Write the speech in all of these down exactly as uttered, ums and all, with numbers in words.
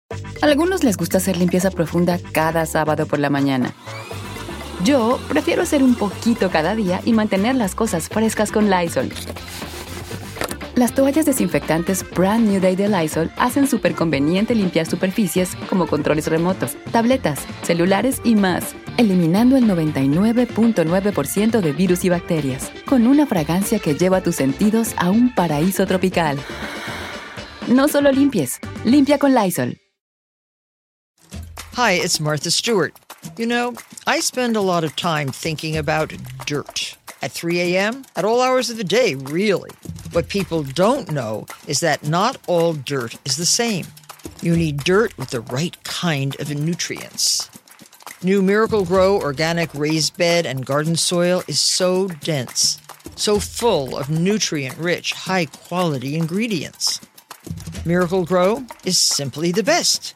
A algunos les gusta hacer limpieza profunda cada sábado por la mañana. Yo prefiero hacer un poquito cada día y mantener las cosas frescas con Lysol. Las toallas desinfectantes Brand New Day de Lysol hacen súper conveniente limpiar superficies como controles remotos, tabletas, celulares y más, eliminando el noventa y nueve punto nueve por ciento de virus y bacterias, con una fragancia que lleva tus sentidos a un paraíso tropical. No solo limpies, limpia con Lysol. Hi, it's Martha Stewart. You know, I spend a lot of time thinking about dirt. At three a.m., at all hours of the day, really. What people don't know is that not all dirt is the same. You need dirt with the right kind of nutrients. New Miracle-Gro Organic Raised Bed and Garden Soil is so dense, so full of nutrient-rich, high-quality ingredients. Miracle-Gro is simply the best.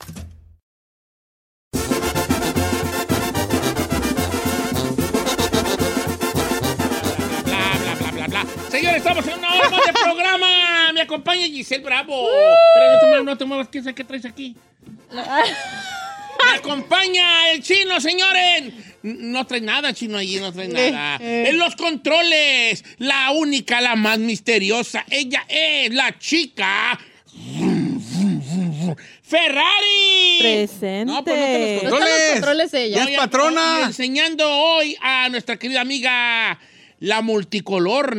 Señores, estamos en una hora más de programa. Me acompaña Giselle Bravo. Uh. Pero no te muevas, no te muevas. ¿Qué, qué traes aquí? Me acompaña el Chino, señores. No trae nada, Chino, allí no trae nada. En los controles, la única, la más misteriosa. Ella es la chica Ferrari. Presente. No, pues no te los controles. No te los controles ella. No, Es patrona. Y enseñando hoy a nuestra querida amiga, la multicolor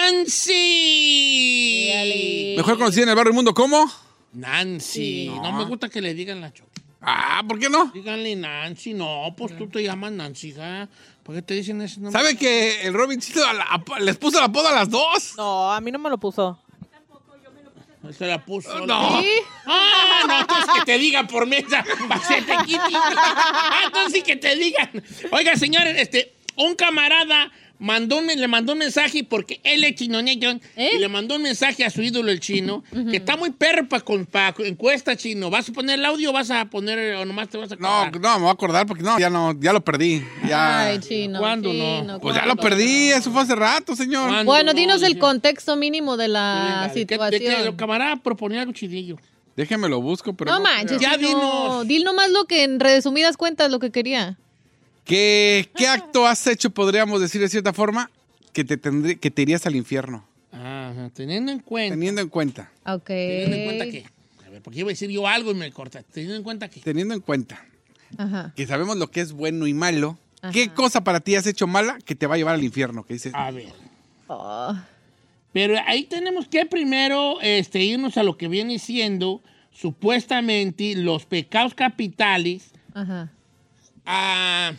Nancy. Dale. Mejor conocida en el barrio del mundo, ¿cómo? Nancy. Sí. No. no me gusta que le digan la Choco. Ah, ¿por qué no? Díganle Nancy. No, pues tú te llamas Nancy, ¿ja? ¿Por qué te dicen ese nombre? ¿Sabe que el Robincito a la- a- les puso la apodo a las dos? No, a mí no me lo puso. Se la puso. No. ¿Sí? Ah, no, entonces que te digan por mesa. Bacete, Kitty. Ah, entonces sí que te digan. Oiga, señores, este, un camarada mandó un- le mandó un mensaje porque él es chino, ¿eh? Y le mandó un mensaje a su ídolo, el Chino, uh-huh. que está muy perro para pa encuesta, Chino. ¿Vas a poner el audio o vas a poner, o nomás te vas a No, acordar? no, me voy a acordar porque no, ya no, ya lo perdí. Ya. Ay, Chino. ¿Cuándo Chino, no? Pues ya lo perdí, eso fue hace rato, señor. ¿Cuándo? Bueno, No, dinos el dice- contexto mínimo de la Venga, de que- de que situación. el camarada proponía algo chidillo. Déjeme lo busco, pero. No manches, Ya Chino. dinos. Dil nomás lo que en resumidas cuentas lo que quería. ¿Qué, ¿Qué acto has hecho, podríamos decir de cierta forma, que te, tendrí, que te irías al infierno? Ajá, teniendo en cuenta. Teniendo en cuenta. Ok. Teniendo en cuenta que. A ver, porque iba a decir yo algo y me corta. Teniendo en cuenta que. Teniendo en cuenta Ajá. que sabemos lo que es bueno y malo, Ajá. ¿qué cosa para ti has hecho mala que te va a llevar al infierno? Que dices, A ver. Oh. Pero ahí tenemos que primero este, irnos a lo que viene siendo supuestamente los pecados capitales Ajá. ah,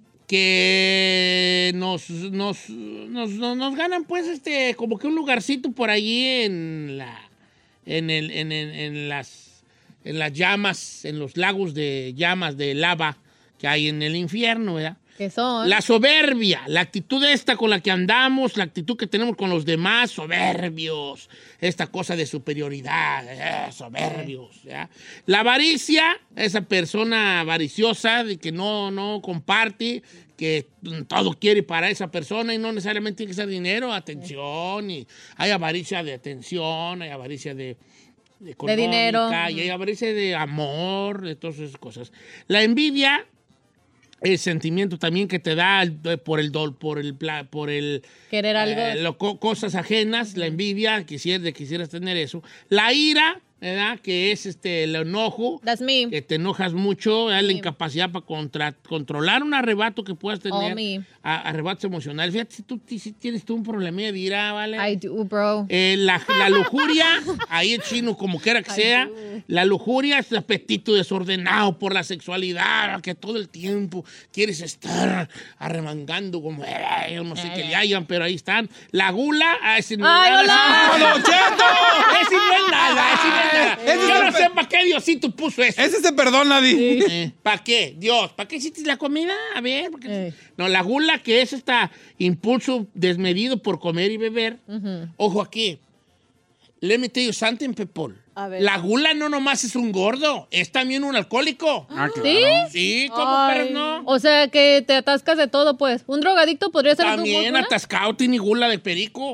que nos, nos, nos, nos, nos ganan pues este como que un lugarcito por allí en la en el en, en, en las en las llamas, en los lagos de llamas de lava que hay en el infierno, ¿verdad? ¿Qué son? La soberbia, la actitud esta con la que andamos, la actitud que tenemos con los demás, soberbios, esta cosa de superioridad, eh, soberbios. ¿ya? La avaricia, esa persona avariciosa de que no, no comparte, que todo quiere para esa persona y no necesariamente tiene que ser dinero, atención, y hay avaricia de atención, hay avaricia de... De, De dinero. Y hay avaricia de amor, de todas esas cosas. La envidia, el sentimiento también que te da el- por el dol, por el pla- por el Querer algo. eh, lo- co- cosas ajenas, la envidia, quisier- de quisieras tener eso. La ira, ¿verdad? Que es este el enojo, That's me. que te enojas mucho, ¿verdad? La Sí. incapacidad para contra- controlar un arrebato que puedas tener, Oh, me. a- arrebatos emocionales. Fíjate, si tú si tienes tú un problema de ira, ¿vale? I do, bro. Eh, la, la lujuria, ahí el Chino, como quiera que sea, la lujuria es el apetito desordenado por la sexualidad, que todo el tiempo quieres estar arremangando como, eh, yo no sé qué le hayan, pero ahí están. La gula, ah, ese no es ¡Ay, nada. hola! ¡No, Cheto! Ese no es nada, ese no es nada. Ese Yo no es sé para qué Diosito puso eso. ese se perdona, Di. Eh, ¿Para qué? Dios, ¿para qué hiciste la comida? A ver, ¿para qué? Eh. No, la gula, que es este impulso desmedido por comer y beber. Ojo aquí. Let me tell you something, people. A ver. La gula no nomás es un gordo, es también un alcohólico. Ah, claro. ¿Sí? Sí, como Ay. perros, ¿no? O sea, que te atascas de todo, pues. Un drogadicto podría ser un También gula? atascado tiene gula de perico.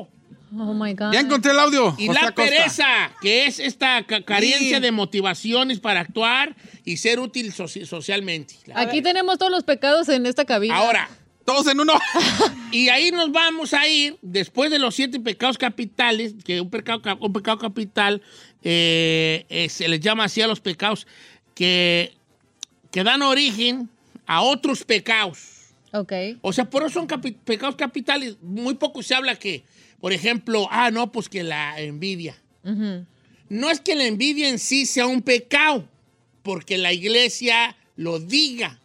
Oh my God. Ya encontré el audio. Y José la Acosta. pereza, que es esta ca- carencia Sí. de motivaciones para actuar y ser útil soci- socialmente. La- Aquí tenemos todos los pecados en esta cabina. Ahora, Todos en uno. y ahí nos vamos a ir, después de los siete pecados capitales, que un pecado, cap- un pecado capital eh, eh, se les llama así a los pecados que, que dan origen a otros pecados. Ok. O sea, por eso son capi- pecados capitales. Muy poco se habla que, por ejemplo, ah, no, pues que la envidia. Ujú. No es que la envidia en sí sea un pecado, porque la iglesia lo diga.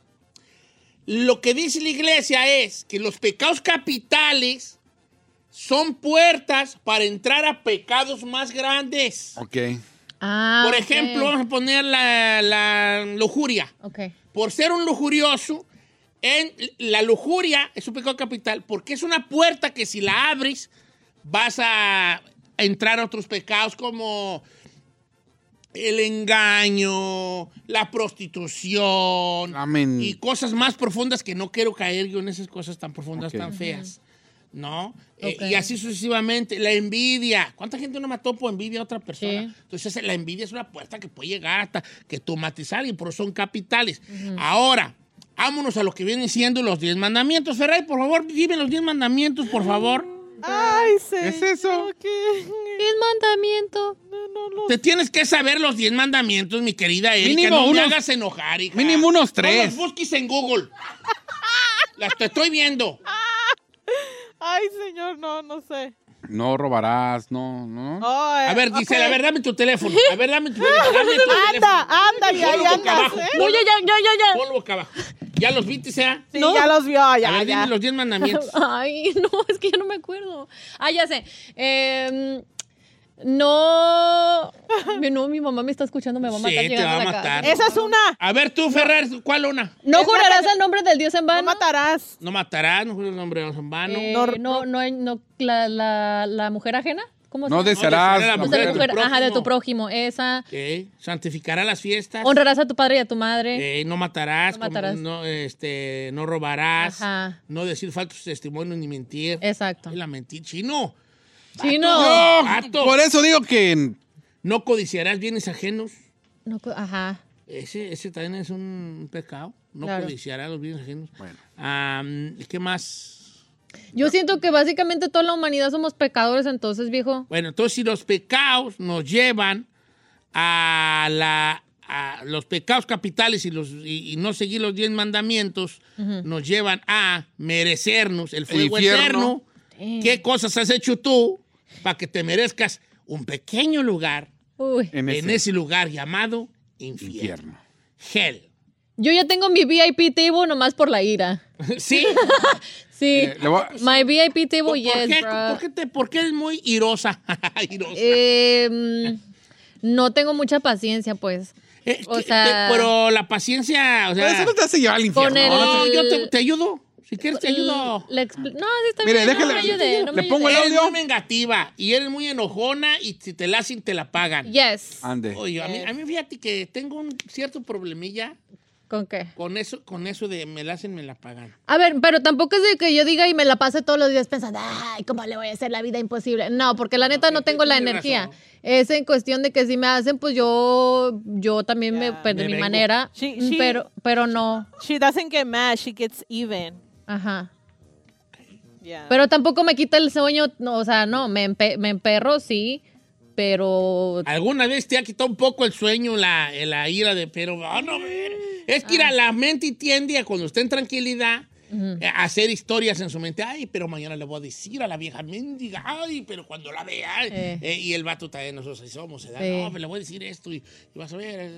Lo que dice la iglesia es que los pecados capitales son puertas para entrar a pecados más grandes. Ok. Ah, Por ok. ejemplo, vamos a poner la, la lujuria. Ok. Por ser un lujurioso, en, la lujuria es un pecado capital porque es una puerta que si la abres vas a entrar a otros pecados como el engaño, la prostitución Amén. y cosas más profundas que no quiero caer yo en esas cosas tan profundas, Ok. tan feas. ¿No? Eh, Ok. y así sucesivamente. La envidia. ¿Cuánta gente no mató por envidia a otra persona? Sí. Entonces, la envidia es una puerta que puede llegar hasta que tú mates a alguien, pero son capitales. Ahora, vámonos a lo que vienen siendo los diez mandamientos. Ferrari, por favor, dime los diez mandamientos, por favor. Ay, ¿Qué es eso? ¿Qué? ¿Qué es mandamiento? No, no, no. Te tienes que saber los diez mandamientos, mi querida Erika. Mínimo no me unos- hagas enojar, hija. mínimo unos No tres. los busques en Google. Las te estoy viendo. Ay, señor, no, no sé. No robarás, no, no. Oh, eh, A ver, Gisela, ok. a ver, dame tu teléfono. A ver, dame tu teléfono. Dame tu Anda, teléfono. anda, ya, Ponlo ya boca andas, abajo. ¿eh? No, ya, ya, ya, ya, ya. Ponlo boca abajo. ¿Ya los viste, sea? Sí, ya los vio, A ya, ver, ya. dime los diez mandamientos. Ay, no, es que yo no me acuerdo. Ah, ya sé. Em, no. No, mi mamá me está escuchando, me va a Sí, matar te llegando va a a la matar. casa. Esa es una. A ver, tú, Ferrer, ¿cuál una? No Es la jurarás que- al nombre del Dios en No vano. matarás. No matarás, no jures el nombre de Dios en vano. Eh, No, no, no, hay- no, la, la, la mujer ajena. ¿Cómo se No llama? desearás. desearás la No, mujer de de tu mujer, ajá, de tu prójimo. prójimo. Esa. Ok. Santificará las fiestas. Honrarás a tu padre y a tu madre. Eh, no matarás. No matarás. como No, este, no robarás. Ajá. No decir falsos testimonios ni mentir. Exacto. Ay, la mentir, chino. Chino. No, Vato. por eso digo que No codiciarás bienes ajenos. No, co- ajá. Ese, ese también es un pecado. No Claro. codiciarás los bienes ajenos. Bueno. Am, ¿Qué más? Yo siento que básicamente toda la humanidad somos pecadores, entonces, viejo. Bueno, entonces si los pecados nos llevan a, la, a los pecados capitales y, los, y, y no seguir los diez mandamientos, nos llevan a merecernos el fuego infierno. eterno. ¿Qué cosas has hecho tú para que te merezcas un pequeño lugar Uy. en en ese, ese lugar llamado infierno? infierno. Hell. Yo ya tengo mi V I P table nomás por la ira. ¿Sí? Sí. Eh, le voy a- My V I P table, ¿Por, yes, qué, bro. por, qué te, ¿Por qué eres muy irosa? Irosa. Eh, mm, no tengo mucha paciencia, pues. Eh, o que- sea- te- pero la paciencia, o Pero sea... eso no te hace llevar al infierno. Con el- No, yo te, te ayudo. Si quieres, te ayudo. Le expl- no, sí está Mire, bien. déjale- no me ayude, no me le pongo ayude. el Eres audio. muy vengativa y eres muy enojona y si te la hacen, te la pagan. Yes. Ande. Oye, a mí, a mí fíjate que tengo un cierto problemilla ¿Con qué? con eso, con eso de me la hacen, me la pagan. A ver, pero tampoco es de que yo diga y me la pase todos los días pensando, ay, ¿cómo le voy a hacer la vida imposible? No, porque la neta no, sí, tengo la tienes energía. razón. Es en cuestión de que si me hacen, pues yo, yo también me, pues, de me mi vengo. manera, Sí, sí. pero, pero no, She doesn't get mad, she gets even. ajá. Yeah. Pero tampoco me quita el sueño, no, o sea, no, me, empe- me emperro, sí, pero... ¿Alguna vez te ha quitado un poco el sueño, la, la ira de, pero, ah, no, ver. Es que ir a la mente tiende a cuando esté en tranquilidad, eh, a hacer historias en su mente. Ay, pero mañana le voy a decir a la vieja mendiga, ay, pero cuando la vea, Eh. eh, y el vato también, nosotros así somos, se da, Sí. no, pero le voy a decir esto y, y vas a ver,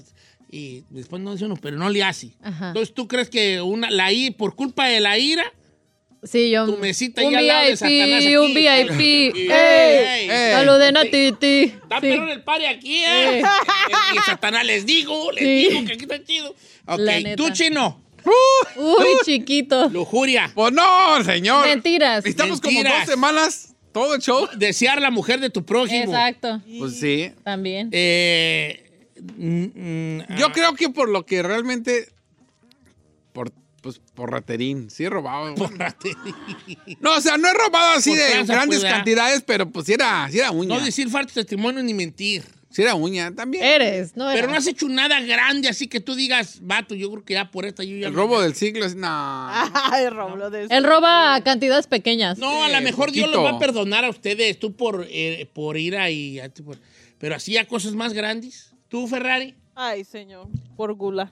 y después no dice uno, pero no le hace. Ajá. Entonces, ¿tú crees que una, la I, por culpa de la ira, Sí, yo... tu mesita un ahí al lado de Satanás aquí? un V I P. ¡Ey! ¡Ey! ¡Ey! Saluden a Titi. Está Sí. perrón el party aquí, ¿eh? Eh. Y Satanás, les digo, les Sí. digo que aquí está chido. Ok, La neta. tú, Chino, Uy, chiquito. lujuria. Pues no, señor. Mentiras. Necesitamos como Mentiras. dos semanas todo el show. Desear la mujer de tu prójimo. Exacto. Pues sí. También. Eh, mm, mm, Yo ah, creo que por lo que realmente. Por Pues por raterín. Sí he robado. Por raterín. No, o sea, no he robado así Por de tranza, grandes pues, ¿verdad? cantidades, pero pues sí era, sí era uña. No decir falso testimonio ni mentir. Sí era uña también. Eres, no Pero eras. no has hecho nada grande, así que tú digas, vato, yo creo que ya por esta yo ya... El me- robo del siglo es... No. Ay, Romulo de Él roba cantidades pequeñas. No, a lo Sí, mejor Dios poquito. lo va a perdonar a ustedes, tú por, eh, por ir ahí. a ti por- Pero así a cosas más grandes. ¿Tú, Ferrari? Ay, señor. Por gula.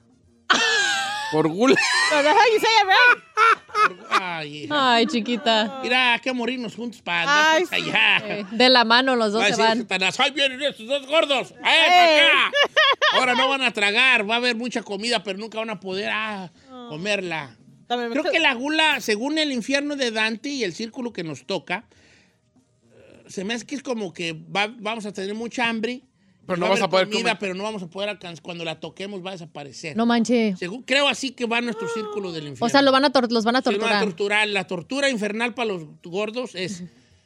Por gula. But that's how you say it, right? Ay, hija. Ay, chiquita. Mira, hay que morirnos juntos para Ay, andar sí. allá. Eh, De la mano los dos Va a se decir van. Satanás, ¡ay, vienen estos dos gordos! ¡Eh, para acá! Ahora no van a tragar, va a haber mucha comida, pero nunca van a poder ah, comerla. También Creo me- que la gula, según el infierno de Dante y el círculo que nos toca, eh, se me hace que es como que va- vamos a tener mucha hambre, Pero no va vas haber a poder comida, comer. pero no vamos a poder alcanzar. Cuando la toquemos va a desaparecer. No manche. Según, creo así que va nuestro círculo del infierno. O sea, lo van a tor- los van a Sí, van a torturar. torturar. La tortura infernal para los gordos es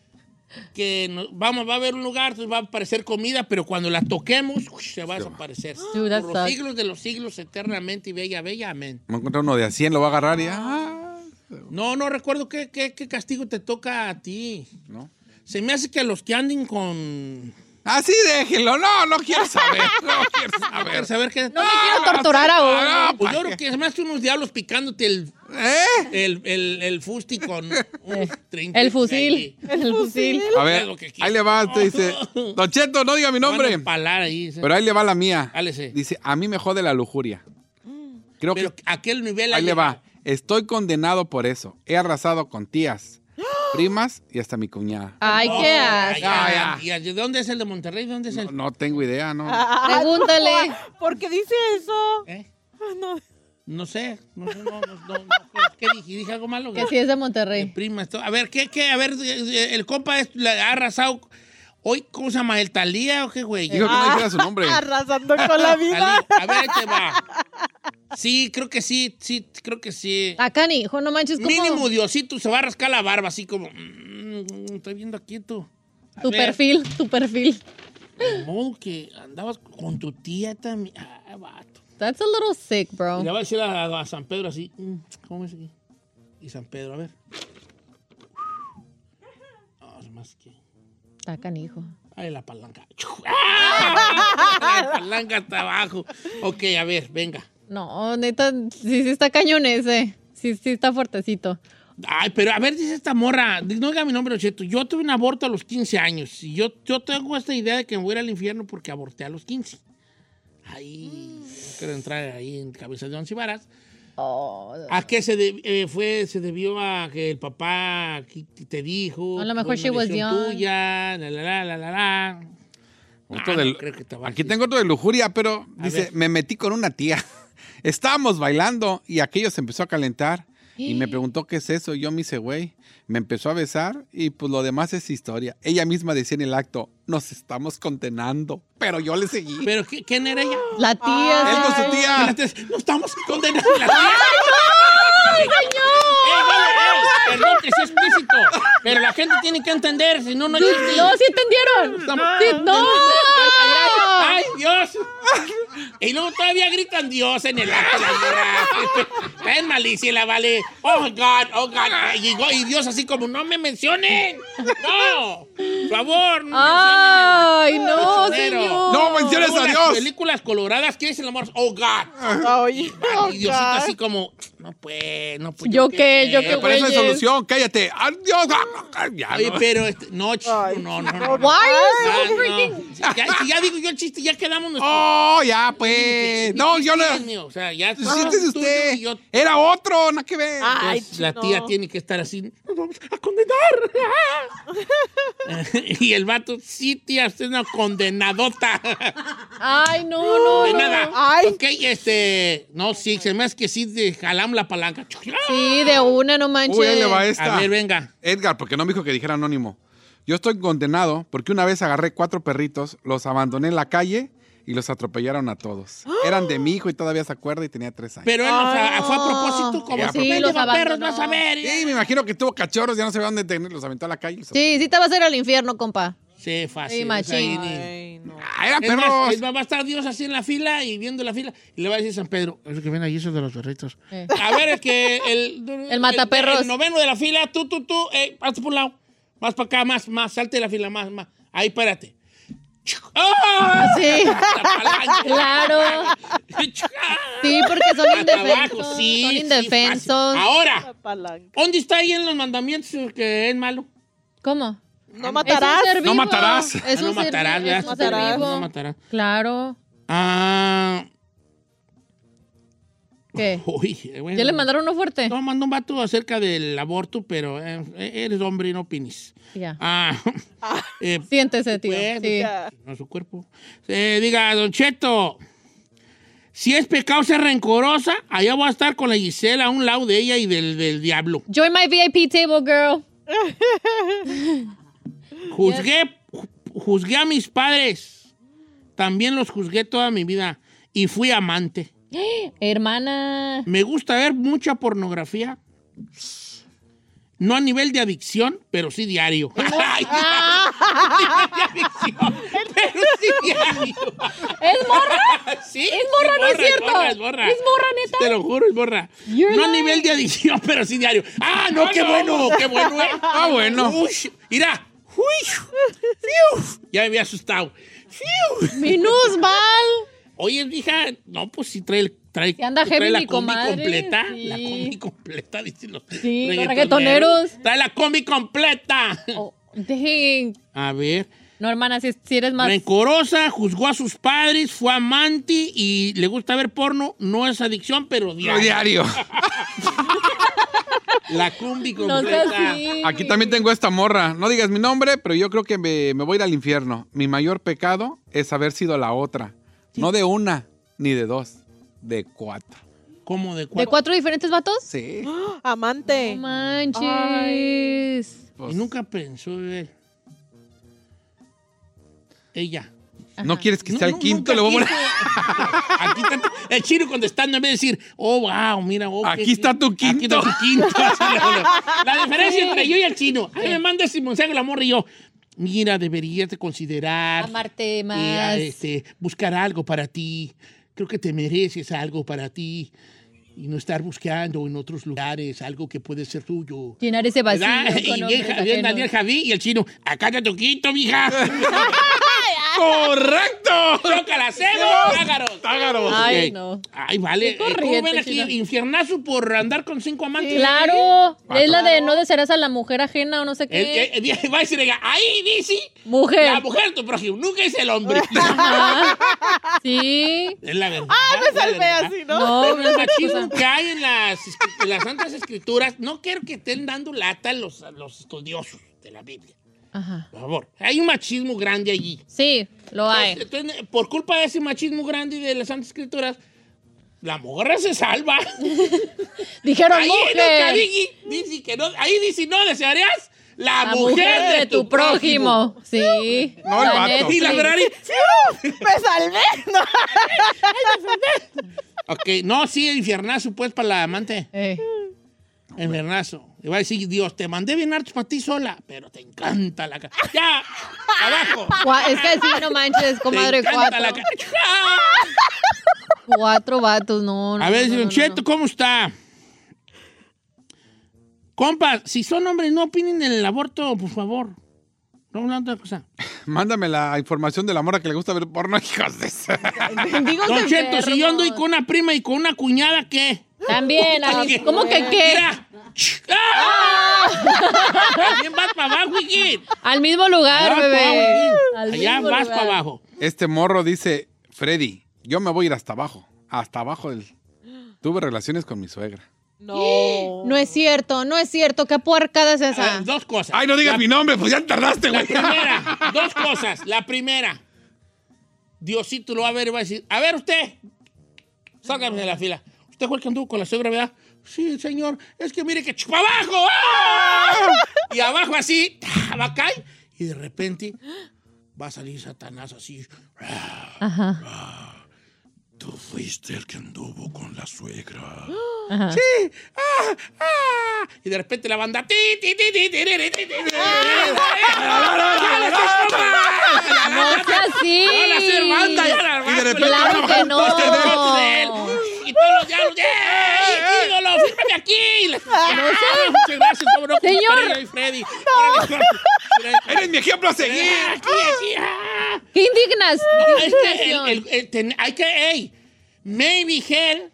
que no- vamos, va a haber un lugar, entonces va a aparecer comida, pero cuando la toquemos, uy, se va a desaparecer. Dude, that Por los sucks. siglos de los siglos, eternamente y bella, bella, amén. Me encontré uno de a cien, lo va a agarrar y... Ah, No, no recuerdo qué, qué, qué castigo te toca a ti. ¿no? Se me hace que a los que anden con... Así déjenlo. No, no quiero saber. No quiero saber. ¿Quieres saber qué? No me quiero torturar a uno. No, Pues yo ¿pa' creo qué? que se me hace unos diablos picándote el, ¿Eh? el, el, el fusti con unos treinta. El fusil. ahí. El fusil. A ver, Es lo que quiero. ahí le va, te dice... Don Cheto, no diga mi Van a nombre. empalar ahí. ¿sí? Pero ahí le va la mía. Dale, sí. Dice, a mí me jode la lujuria. Creo Pero que... a aquel nivel... Ahí ha le va. llegado. Estoy condenado por eso. He arrasado con tías, primas y hasta mi cuñada. Ay, Oh, qué ya, asco. ya, ya. ¿De dónde es el de Monterrey? ¿De dónde es No, el...? no tengo idea, ¿no? Ah, Pregúntale. ¿Por qué dice eso? ¿Eh? No. No sé. No sé, no, no, no, no. ¿Qué dije? ¿Dije algo malo? Que sí es de Eh, Monterrey. prima, esto- a ver, ¿qué, qué? A ver, eh, el compa es- la ha arrasado. Hoy, ¿cómo se llama? ¿El Talía o qué, güey? Dijo que no dijera su nombre. Arrasando con la vida. Talía. A ver, ahí te va. Sí, creo que sí, sí, creo que sí. Acá ni, hijo, no manches, ¿cómo? Mínimo Diosito se va a rascar la barba, así como... mm, estoy viendo aquí tu... A Tu ver, perfil, tu perfil. de modo que andabas con tu tía también. Ah, vato. That's a little sick, bro. Le voy a decir a, a San Pedro así. mm, ¿Cómo es aquí? Y San Pedro, a ver. No, es más que... Está canijo. Ay, la palanca. ¡Ah! La palanca está abajo. Ok, a ver, venga. No, neta, sí, sí está cañón ese. Sí, sí está fuertecito. Ay, pero a ver, dice esta morra, no diga mi nombre, Cheto. Yo tuve un aborto a los quince años y yo, yo tengo esta idea de que me voy a ir al infierno porque aborté a los quince. Ahí, no quiero entrar ahí en cabeza de once varas. Oh, ¿A qué se, de- eh, fue, se debió a que el papá qui- te dijo? A lo mejor fue she una was decisión young. tuya, la, la, la, la, la, la. Otro Ah, del- no creo que te vaya Aquí así. tengo otro de lujuria, pero A dice, ver. me metí con una tía. Estábamos bailando y aquello se empezó a calentar y me preguntó qué es eso. Yo me hice, güey, me empezó a besar y pues lo demás es historia. Ella misma decía en el acto, nos estamos condenando, pero yo le seguí. ¿Pero qué- quién era ella? la tía. Él con sí. su tía. Espérate, no estamos condenando a la tía. ¡Ay, no! Perdón que sea explícito, pero la gente tiene que entender, si no, no existe. No, sí entendieron. Estamos- Sí, no. ¡Ay, ay, ay, Dios! Y luego todavía gritan Dios en el acto. la Es malicia, la vale. Oh, my God, oh, God. Y, y Dios así como, no me mencionen. No, por favor, no Ay, mencionen. no, Cochinero. señor. No menciones Luego a las Dios. películas coloradas, ¿qué es el amor? Oh, God. Oye. Y Diosito así como, no pues, no pues. ¿Yo qué? ¿Yo qué, creo. Pero eso es güeyes? solución, cállate. Adiós. Ya, Oye, no. pero, este, no, ch- Ay, no, no, no. Why are you Ah, so no. freaking... Si ya, si ya digo yo el chiste, ya quedamos nuestro... Oh, ya pues. Mi No, chiste yo no. es mío, o sea, ya... Siéntese tú, usted. yo y yo- Era otro, nada que ver. Ay, Entonces, la no. tía tiene que estar así, nos vamos a condenar. Y el vato, sí, tía, usted es una condenadota. Ay, no, no, De no. nada. Ay. Ok, este... No, sí, se me hace que sí, de jalamos la palanca. Sí, de una, no manches. Uy, ahí le va esta. A ver, venga. Edgar, porque no me dijo que dijera anónimo. Yo estoy condenado porque una vez agarré cuatro perritos, los abandoné en la calle y los atropellaron a todos. Eran de mi hijo y todavía se acuerda y tenía tres años. Pero él o sea, Ay, fue a no. propósito, como Sí, si los los perros, abandonó. vas a ver. Sí, me imagino que tuvo cachorros, ya no sabía dónde tener, los aventó a la calle. y los- Sí, sí te vas a ir al infierno, compa. Sí, fácil. Sí, machín. Ahí ni- Ay, no. ¡Ah, era Es más, perros! es más, va a estar Dios así en la fila y viendo la fila y le va a decir San Pedro, es que ven ahí esos de los perritos. Eh. A ver, es que el... El mataperros. El, noveno de la fila, tú, tú, tú, eh, hazte por un lado. Más para acá, más, más, salte de la fila, más, más. Ahí, espérate. ¡Ah! Sí. La palanca. Claro. Sí, porque son Hasta indefensos. abajo, sí, son sí, indefensos. fácil. Ahora, La palanca. ¿dónde está ahí en los mandamientos que es malo? ¿Cómo? No Es matarás. un ser No vivo. matarás. Es Ah, no un ser- matarás, es ¿verdad? un ser Matarás. vivo. No matarás. Claro. Ah, ¿Qué? uy, bueno. ¿Ya le mandaron uno fuerte? No, mandó un vato acerca del aborto, pero eh, eres hombre y no opinis. Ya. Ah, eh, Siéntese, tío. pues, Sí. Ya. no su cuerpo. Eh, diga, Don Cheto, si es pecado ser rencorosa, allá voy a estar con la Gisela a un lado de ella y del, del diablo. Join my V I P table, girl. Juzgué, ju- juzgué a mis padres. También los juzgué toda mi vida. Y fui amante. Hermana. Me gusta ver mucha pornografía. No a nivel de adicción, pero sí diario. Ay, no, nivel de adicción, pero sí diario. ¿Es morra? Sí, Es morra, ¿no es cierto? Es morra, es morra. ¿Es morra, neta? Te lo juro, es morra. You're No a lying. nivel de adicción, pero sí diario. Ah, no, qué bueno, qué bueno, ¿eh? Ah, bueno. Uy, mira. Uy, fiu. Ya me había asustado. Fiu. Minusval. Oye, hija, no, pues sí trae, trae, Sí anda trae heavy la mi combi comadre, completa. sí. La combi completa, dicen los Sí, los reggaetoneros. Trae la combi completa. Oh, dang. A ver. No, hermana, si, si eres más... Rencorosa, juzgó a sus padres, fue amante y le gusta ver porno. No es adicción, pero Lo diario. diario. La combi No seas completa. así. Aquí también tengo esta morra. No digas mi nombre, pero yo creo que me, me voy a ir al infierno. Mi mayor pecado es haber sido la otra. No de una, ni de dos, de cuatro. ¿Cómo de ¿De cuatro? cuatro diferentes vatos? Sí. Amante. No manches. Y nunca pensó él. Ella. ¿No quieres que No, sea el no, quinto? nunca Le voy a poner... quiso. Aquí está el chino contestando en vez de decir, oh, wow, mira, oh, Aquí qué- está tu Aquí quinto. está tu quinto. Así, la, la diferencia entre yo y el chino. A mí me manda ese mensaje el amor y yo, mira, deberías de considerar Amarte eh, más. este, buscar algo para ti. Creo que te mereces algo para ti y no estar buscando en otros lugares algo que puede ser tuyo. Llenar ese vacío ¿Verdad? con Y hombres bien, bien ajenos. Daniel Javi y el chino, acá está tu quinto, mija. ¡Correcto! ¡Toca la cebo! ¡Tágaros! ¡Tágaros! Ay, Ok. no. Ay, vale. Qué Eh, ¿Cómo corriente, ven aquí? chino. Infiernazo por andar con cinco amantes. Claro. Es la de no desearás a la mujer ajena o no sé El- qué. el- el- va a decir ella, ahí dice Mujer. la mujer tu prójimo, nunca es el hombre. Ajá. Sí. Es la verdad. Ah, me es la salvé verdad. así, ¿no? No, Pero no el es machismo cosa. que hay en las, escri- en las Santas Escrituras, no quiero que estén dando lata a los, a los estudiosos de la Biblia. Ajá. Por favor. Hay un machismo grande allí. Sí, lo hay. Entonces, entonces, por culpa de ese machismo grande de las Santas Escrituras, la morra se salva. Dijeron Ahí en el mujer. Carigui dice que no, ahí dice no desearías la, La mujer, de tu prójimo. Sí. No, el La vato. Y la Netflix. Ferrari. Me salvé. No. Ok, no, sí, infiernazo, pues, para la amante. Eh. Infiernazo. Le va a decir, Dios, te mandé bien hartos para ti sola, pero te encanta la ca- ¡Ya! ¡Abajo! Cua- Es que sí, no manches, comadre, Te encanta cuatro. la ca- ¡Ah! Cuatro vatos, no. no A ver, no, Don no, no, Cheto, no. ¿cómo está? Compa, si son hombres, no opinen en el aborto, por favor. No hablando de otra cosa. Mándame la información de la morra que le gusta ver porno, hijos de esa. Bendigos Don Cheto, si yo ando ahí enfermos. con una prima y con una cuñada, ¿qué? También, aquí- ¿cómo que qué? Mira. ¡Ah! También vas para abajo, hijín. Al mismo lugar, Allá vas bebé. pa' abajo, Al hijín. Allá mismo vas lugar. para abajo. Este morro dice, Freddy, yo me voy a ir hasta abajo. Hasta abajo del... Tuve relaciones con mi suegra. No. No es cierto, no es cierto. ¿Qué puercada es A esa? ver, dos cosas. Ay, no digas La- mi nombre, pues ya tardaste, La güey. primera, dos cosas. La primera, Diosito lo va a ver y va a decir, a ver usted, sálgame de la fila. ¿Usted fue el que anduvo con la suegra, verdad? Sí, señor. Es que mire que chupa abajo. ¡Ah! Y abajo así, va a caer. Y de repente va a salir Satanás así. Ajá. Tú fuiste el que anduvo con la suegra. Ajá. Sí. Ah, ah. Y de repente la banda. Ti, ti, ti, ti, ti, ti, ti, ti, ti. No sea así. Ya la hacer banda, ya la Y de repente Claro van a que bajar no. un póster de él. Y todos los diálogos. ¡Eh! ¡Ídolo! ¡Fírmame aquí! No sé. Muchas gracias, cómo no. Señor. María y Freddy. Órale, Eres mi ejemplo a seguir. aquí, aquí. Ah. ¡Qué indignas! No, ¡Qué es que el, indignación! el- el ten- hay que, hey, maybe hell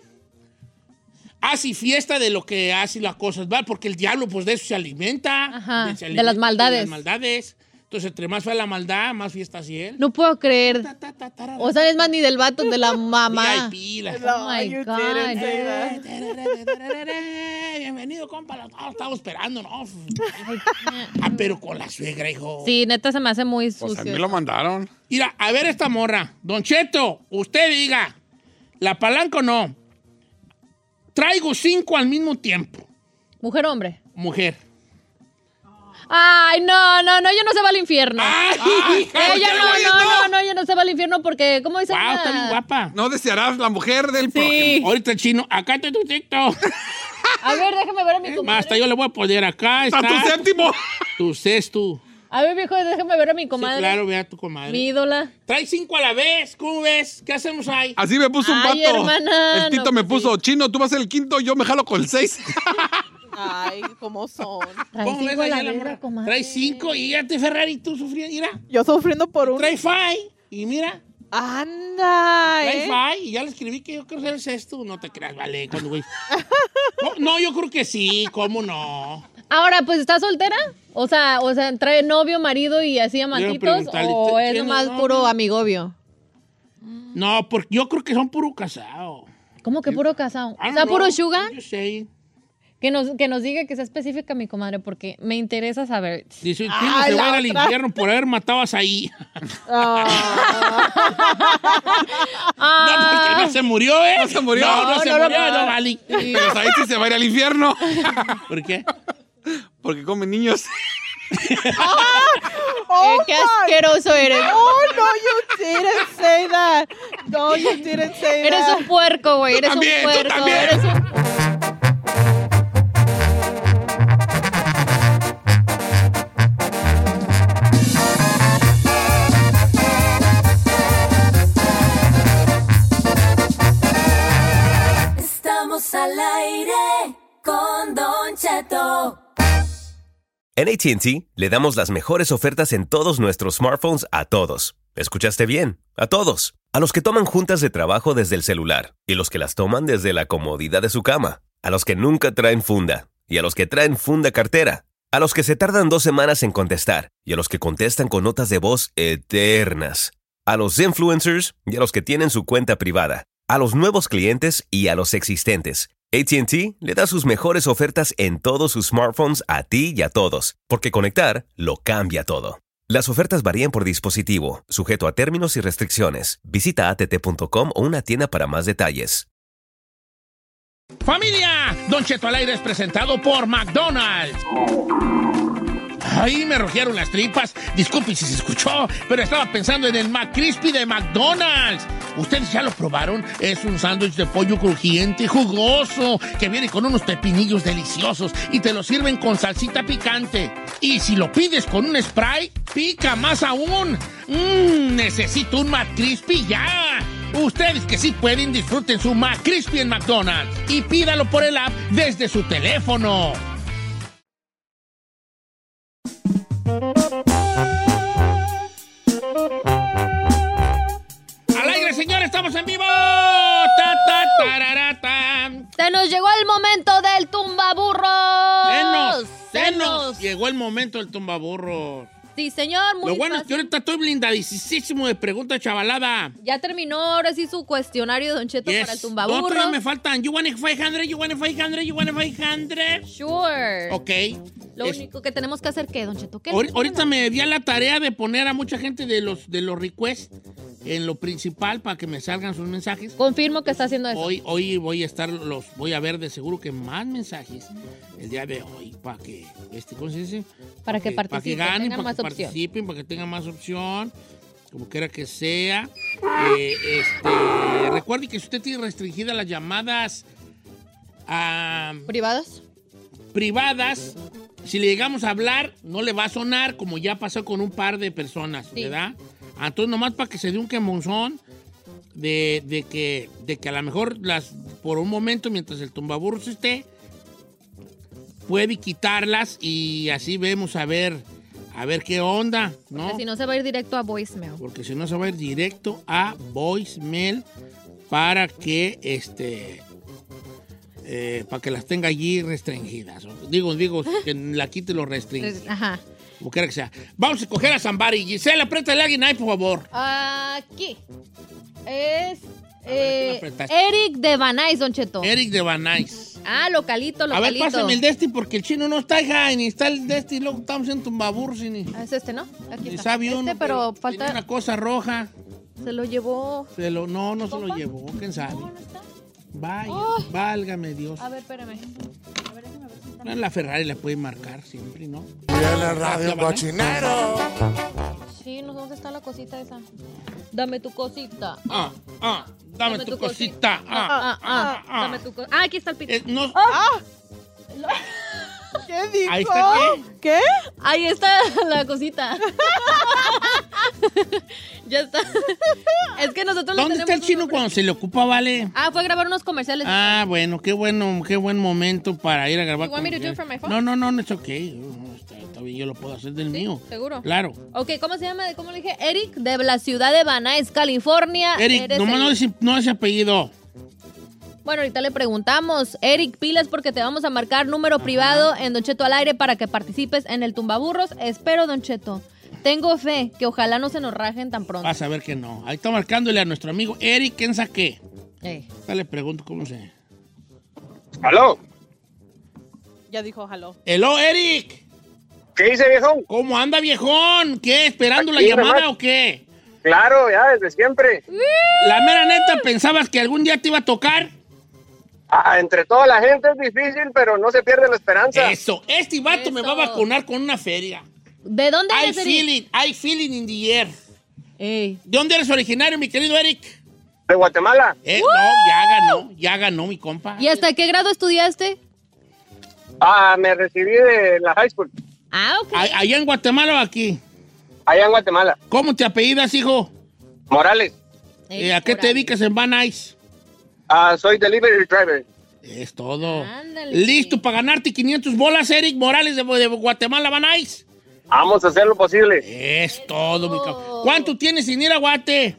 hace fiesta de lo que hace las cosas, ¿vale? Porque el diablo, pues, de eso se alimenta. Ajá, se de alimenta las maldades. De las maldades. Entonces, entre más fue la maldad, más fiesta hacía él. No puedo creer. Ta, ta, ta, tarara. O sea, es más ni del vato, de la mamá. V I P, la- No, Oh my you God. didn't say that. Bienvenido, compa. Lo oh, estaba esperando, ¿no? Ah, pero con la suegra, hijo. Sí, neta se me hace muy Pues a sucio. mí lo mandaron. Mira, a ver esta morra. Don Cheto, usted diga, ¿la palanca o no? Traigo cinco al mismo tiempo, ¿Mujer o hombre? mujer. Ay, no, no, no, ella no se va al infierno. ¡Ay, hija! Ella ¿qué, no, güey? no, No. no, no, ella no se va al infierno porque, ¿cómo dice? ¡Wow, una- está bien guapa! No desearás la mujer del Sí. Ahorita el chino, acá está tu TikTok. A ver, déjame ver a mi Hasta comadre. yo le voy a poner acá. próximo. Está ¡A tu séptimo! tu sexto. A ver, viejo, déjame ver a mi Sí, comadre. claro, vea tu comadre. Mi ídola. Trae cinco a la vez. ¿Cómo ves? ¿Qué hacemos ahí? Así me puso un Ay, vato. hermana, El Tito no, me pues puso, Chino, tú vas a ser el quinto, yo me jalo con el seis. Ay, ¿cómo son? Trae ¿Cómo ves cinco a la allá la vez, morra? comadre. Trae cinco y ya te Ferrari tú sufriendo. Mira, Yo sufriendo por un... trae five. Y mira, Anda, trae ¿eh? five. Y ya le escribí que yo creo que es esto. No te creas, vale. Cuando güey. No, no, yo creo que sí. ¿Cómo no? Ahora, pues, ¿está soltera? O sea, o sea, ¿trae novio, marido y así amantitos? preguntarle, ¿O ¿te- es tiene nomás novio? puro amigobio? No, porque yo creo que son puro casados. ¿Cómo que puro casado? I O don't sea, puro know. sugar. Yo sé. Que nos, que nos diga que sea específica mi comadre, porque me interesa saber. Dice, Ay, ¿quién se la va a ir al otra. infierno por haber matado a Saí? Ah, No, porque no se murió, ¿eh? No se murió. No, no, No, se no, no, murió, no. no, vale. Pero ahí sí se va a ir al infierno. ¿Por qué? Porque come niños. oh Eh, ¡Qué my- asqueroso eres! Oh, no, you didn't say that. No, you didn't say Eres that. un puerco, güey. Eres También, un tú puerco. también. Eres un... Estamos al aire con Don Cheto. En A T and T le damos las mejores ofertas en todos nuestros smartphones a todos. ¿Escuchaste bien? A todos. A los que toman juntas de trabajo desde el celular y los que las toman desde la comodidad de su cama. A los que nunca traen funda y a los que traen funda cartera. A los que se tardan dos semanas en contestar y a los que contestan con notas de voz eternas. A los influencers y a los que tienen su cuenta privada. A los nuevos clientes y a los existentes. A T and T le da sus mejores ofertas en todos sus smartphones a ti y a todos, porque conectar lo cambia todo. Las ofertas varían por dispositivo, sujeto a términos y restricciones. Visita a t t punto com o una tienda para más detalles. ¡Familia! Don Cheto al aire es presentado por McDonald's. Ay, me rogieron las tripas. Disculpe si se escuchó, pero estaba pensando en el McCrispy de McDonald's. ¿Ustedes ya lo probaron? Es un sándwich de pollo crujiente, jugoso, que viene con unos pepinillos deliciosos y te lo sirven con salsita picante. Y si lo pides con un spray, pica más aún. Mmm, necesito un McCrispy ya. Ustedes que sí pueden, disfruten su McCrispy en McDonald's y pídalo por el app desde su teléfono. Al aire, señores, estamos en vivo. Ta, ta, tarara, ta. Se nos llegó el momento del tumbaburros. Senos, senos. Senos. Llegó el momento del tumbaburro. Sí, señor, muy Lo bueno es que fácil. ahorita estoy blindadísimo de pregunta chavalada. Ya terminó ahora sí su cuestionario, Don Cheto, Yes. para el No, tumbaburros. todavía me faltan. You want a five hundred, you want a five hundred, you want a five hundred. Sure. Ok. Lo Es- único que tenemos que hacer, ¿qué, Don Cheto? ¿Qué? Ahori- Ahorita me di a la tarea de poner a mucha gente de los, de los requests en lo principal para que me salgan sus mensajes. Confirmo que está haciendo eso. Hoy, hoy voy a estar, los voy a ver de seguro que más mensajes el día de hoy para que, este, ¿cómo se dice? Para que para que participen, ganen, tengan para más que opción. participen, para que tengan más opción. como quiera que sea. Eh, este, recuerde que si usted tiene restringidas las llamadas ah, ¿Privadas? privadas, si le llegamos a hablar, no le va a sonar, como ya pasó con un par de personas, Sí. ¿verdad? Entonces, nomás para que se dé un quemonzón de, de, que, de que a lo mejor las, por un momento, mientras el tumbaburros esté, puede quitarlas y así vemos a ver, a ver qué onda, ¿no? Que si no se va a ir directo a voicemail. Porque si no se va a ir directo a voicemail para que este eh, para que las tenga allí restringidas. Digo, digo, que la quite lo restringe. Ajá. Como quiera que sea. Vamos a escoger a Zambari. Gisela, apriétale a alguien ahí, por favor. Aquí. Es A ver, ¿qué eh, me apretaste? Eric de Van Nuys, Don Cheto. Eric de Van Nuys. Ah, localito, A ver, localito. pásame el Desti porque el chino no está, hija, y ni está el Desti, luego estamos en tumbaburros y ni, Ah, es este, ¿no? Aquí ni está. sabe Este, uno, pero tenía falta... una cosa roja. Se lo llevó... Se lo, no, no se lo ¿Compa? llevó, quién sabe. ¿No, no está? Vaya, Oh. válgame Dios. A ver, espérame. A ver, déjame ver si está... La Ferrari la puede marcar siempre, ¿no? Viene Radio Cochinero. Sí, no sé dónde está la cosita esa. Dame tu cosita. Ah, ah, dame, tu cosita. Ah, Ah, ah, ah, ah. Dame tu cosita. Ah, aquí está el pito. Eh, no, ¿Qué dijo? ahí está qué. ¿Qué? Ahí está la cosita. Ya está. Es que nosotros le ¿Dónde está el tenemos chino un- cuando se le ocupa, vale? Ah, fue a grabar unos comerciales. Ah, bueno, qué bueno, qué buen momento para ir a grabar. You want me to do it comerciales. from my phone? No, no, no, no es ok. No, está, está bien, yo lo puedo hacer del ¿Sí? mío. ¿Seguro? Claro. Ok, ¿cómo se llama? ¿Cómo le dije? Eric, de la ciudad de Van Nuys, California. Eric, Eres nomás el- no ese, no ese apellido. Bueno, ahorita le preguntamos. Eric, pilas porque te vamos a marcar número privado en Don Cheto al aire para que participes en el Tumbaburros. Espero, Don Cheto. Tengo fe que ojalá no se nos rajen tan pronto. Vas a ver que no. Ahí está marcándole a nuestro amigo Eric, ¿quién saqué? Ey. Ya le pregunto cómo se... ¿Aló? Ya dijo hello. Hello, Eric. ¿Qué dice, viejón? ¿Cómo anda, viejón? ¿Qué? ¿Esperando Aquí, la llamada nomás. o qué? Claro, ya desde siempre. La mera neta, ¿pensabas que algún día te iba a tocar? Ah, entre toda la gente es difícil, pero no se pierde la esperanza. Eso. Este vato me va a Eso. vacunar con una feria. ¿De dónde I eres, feel Eric? it. I feel it in the air. Ey. ¿De dónde eres originario, mi querido Eric? De Guatemala. Eh, no, ya ganó. Ya ganó mi compa. ¿Y hasta qué grado estudiaste? Ah, me recibí de la high school, Ah, ok. A- ¿Allá en Guatemala o aquí? allá en Guatemala. ¿Cómo te apellidas, hijo? Morales. Eh, ¿A qué te dedicas en Van Nuys? Ah, soy delivery driver. Es todo. Ándale. ¿Listo para ganarte quinientas bolas, Eric Morales de, de Guatemala, Van Nuys? Vamos a hacer lo posible. Es todo, mi cabrón. ¿Cuánto tienes sin ir a Guate?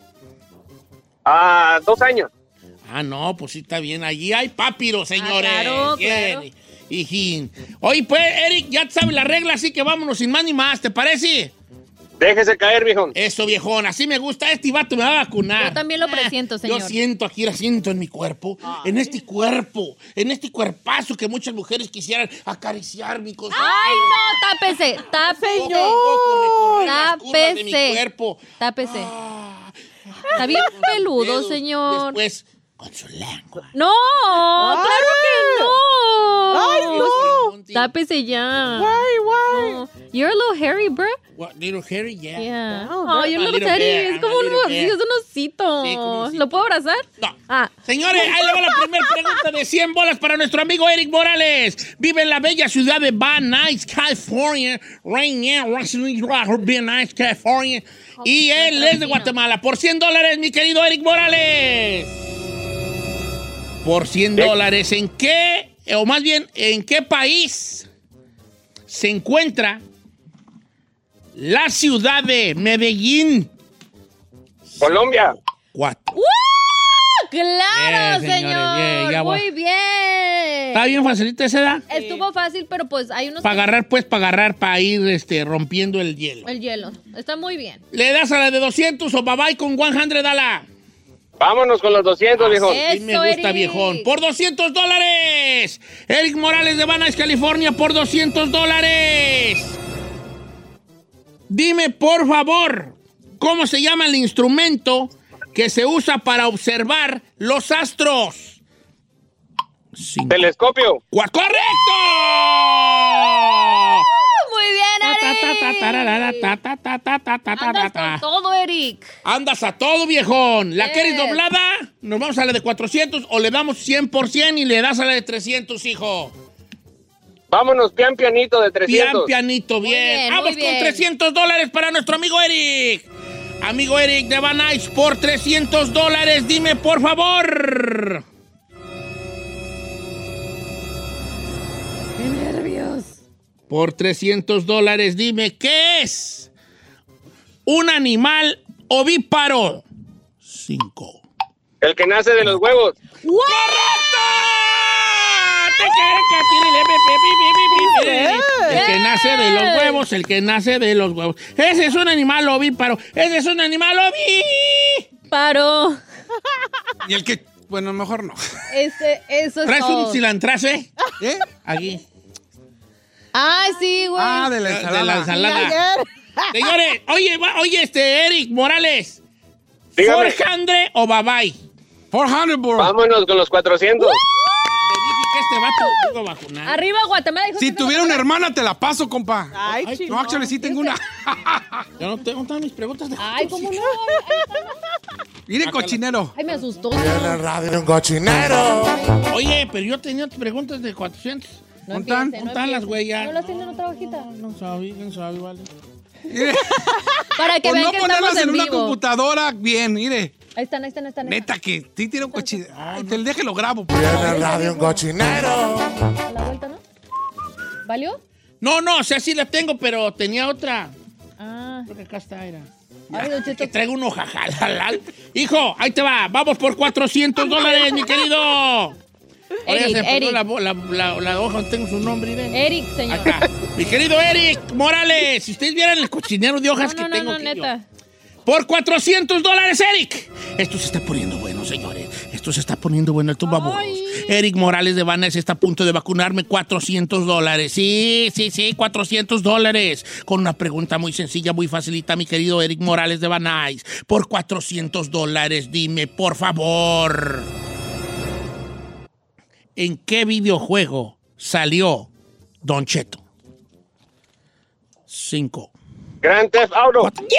Ah, dos años. Ah, no, pues sí está bien. Allí hay papiro, señores. Ah, claro, Bien. claro. Hijín. Oye, pues, Eric, ya sabes la regla, así que vámonos sin más ni más, ¿te parece? Déjese caer, viejón. Eso, viejón, así me gusta. Este vato me va a vacunar. Yo también lo presiento, señor. Yo siento aquí, la siento en mi cuerpo, en este cuerpo, en este cuerpazo que muchas mujeres quisieran acariciar mi cosa. ¡Ay, no! ¡Tápese! ¡Tápese! Recorrer las curvas de mi Tápese. cuerpo. Tápese. Ah, Está bien con peludo, dedos, señor. Después, con su lengua. ¡No! ¡Claro que no! ¡Ay, no! Tápese ya. Why, why? No. You're a little hairy, bro. What, little hairy, yeah. Yeah. Oh, Oh, you're a I'm a little little hairy. bear, Es I'm como a un, little sí, bear. es un osito. Sí, como un osito. ¿Lo puedo abrazar? No. Ah. Señores, ahí le va la primera pregunta de cien bolas para nuestro amigo Eric Morales. Vive en la bella ciudad de Van Nuys, California. Right now, Van Nuys, California. Y él es de Guatemala. Por cien dólares, mi querido Eric Morales. Por cien dólares, ¿en qué, o más bien, en qué país se encuentra la ciudad de Medellín? Colombia. Cuatro. ¡Uh! ¡Claro, Bien, señores, señor! bien, ya voy. Muy bien. ¿Está bien facilita esa edad? Estuvo fácil, pero pues hay unos... Para agarrar, pues, para agarrar, para ir este, rompiendo el hielo. El hielo. Está muy bien. ¿Le das a la de doscientos o bye bye con cien, dala? Vámonos con los doscientos, viejón. Sí me gusta, Eric. viejón. Por doscientos dólares. Eric Morales de Van Nuys, California, por doscientos dólares. Dime, por favor, ¿cómo se llama el instrumento que se usa para observar los astros? Cinco. Telescopio. Cua- ¡Correcto! Muy bien, Ta, ta, Eric. ta, ta, tararara, ta, ta, ta, ta, ta, ta, ta, Andas ta. con todo, Eric. Andas a todo, viejón. ¿La Yes. quieres doblada? ¿Nos vamos a la de cuatrocientos o le damos cien por ciento y le das a la de trescientos, hijo? Vámonos, pian pianito de Pian trescientos. pianito, bien. bien, muy Vamos con bien. trescientos dólares para nuestro amigo Eric. Amigo Eric de Van Nuys, por trescientos dólares, dime por favor. ¡Qué nervios! Por trescientos dólares, dime qué es un animal ovíparo. Cinco. El que nace de los huevos. ¡Correcto! El que nace de los huevos, el que nace de los huevos. Ese es un animal ovíparo. Ese es un animal oví. Paro. Y el que, bueno, mejor no. Ese, eso es ¿Traes todo. un cilantrase? ¿Eh? Aquí. Ay, sí, güey. Ah, de la De ensalada. la Y ensalada. ayer, Señores, oye, va- oye, este, Eric Morales. Dígame. ¿cuatrocientos o bye bye? cuatrocientos, bro. Vámonos con los cuatrocientos. Te dije que este vato iba a vacunar. Arriba, Guatemala. Dijo Si que tuviera no- una hermana, te la paso, compa. Ay, No, chingón. actually, sí tengo una. Yo no tengo todas mis preguntas de Ay, ¿cómo no? Mire, cochinero. Ay, me asustó. En la radio un cochinero. Oye, pero yo tenía preguntas de cuatrocientos. No ¿Dónde están? empiece, no ¿Dónde están las empiece. huellas? ¿No las tienen en otra hojita? No sabía, no sabía, vale. Mire, Para que por vean no que estamos ponerlas en en una vivo. computadora, bien, mire. Ahí están, ahí están, ahí están. ahí Neta que sí tiene un cochinero. Ay, te déjelo grabo. En la radio un cochinero. están. A la vuelta, ¿no? ¿Valió? No, no, o sea, sí la tengo, pero tenía otra. Ah. Creo que acá está, era. Ay, Don Que Cheto. traigo un ojajalal. Hijo, ahí te va. Vamos por cuatrocientos dólares, mi querido. Ahora ya Eric, se me perdió Eric. la, bo- la, la, la hoja donde tengo su nombre. ¿eh? Eric, señor. Acá. Mi querido Eric Morales, si ustedes vieran el cochinero de hojas No, no, que no, tengo no, aquí neta. yo. Por cuatrocientos dólares, Eric. Esto se está poniendo bueno, señores. Esto se está poniendo bueno el tumbaburros. Ay. Eric Morales de Van Nuys está a punto de vacunarme. cuatrocientos dólares. Sí, sí, sí, cuatrocientos dólares. Con una pregunta muy sencilla, muy facilita, mi querido Eric Morales de Van Nuys. Por cuatrocientos dólares, dime, por favor. ¿En qué videojuego salió Don Cheto? Cinco. Grand Theft Auto. Cuatro. ¡Yes!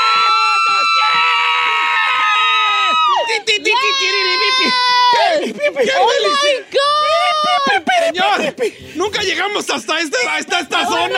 ¡Yes! ¡Ti, ti, ti, ti, ti, ti, ti, ti, ti, ¡Oh, my God! Señor, nunca llegamos hasta, este, hasta esta zona.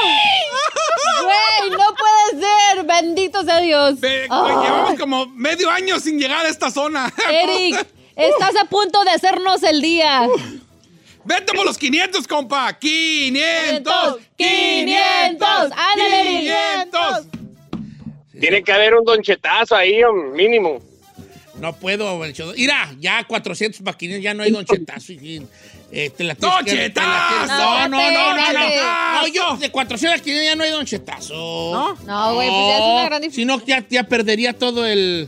Güey, no puede ser. Bendito sea Dios. Ve, Ah. güey, llevamos como medio año sin llegar a esta zona. Eric, estás a punto de hacernos el día. Vete por los quinientos, compa. quinientos. quinientos. Ándale, Eric. quinientos. Tiene que haber un donchetazo ahí, um, mínimo. No puedo, Melchor. Mira, ya cuatrocientos para quinientos, ya no hay Don Chetazo. y- eh, te la tienes ¡Don que- te la Chetazo! tienes- No, no, no, no, no. espérate. No, yo de cuatrocientos a quinientos ya no hay Don Chetazo. ¿No? No, güey, pues ya es una gran Si no, ya, ya perdería todo el...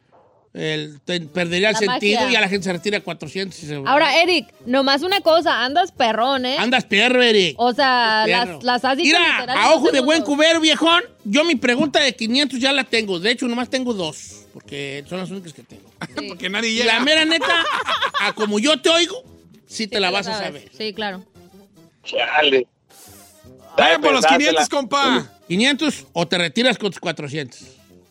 el te- perdería el La sentido magia. y a la gente se retira a cuatrocientos. Y se... Ahora, Eric, nomás una cosa. Andas perrón, ¿eh? Andas perro, Eric. O sea, Perro. las, las has dicho Mira, literal en a dos ojo de buen segundos. cubero, viejón, yo mi pregunta de quinientos ya la tengo. De hecho, nomás tengo dos, porque son las únicas que tengo. Sí. Porque nadie Y llega. la mera neta, a, a como yo te oigo, sí te Sí, la tú vas a sabes. saber. Sí, claro. Chale. Vaya por los Pensársela. quinientos, compa. ¿quinientos o te retiras con tus cuatrocientos?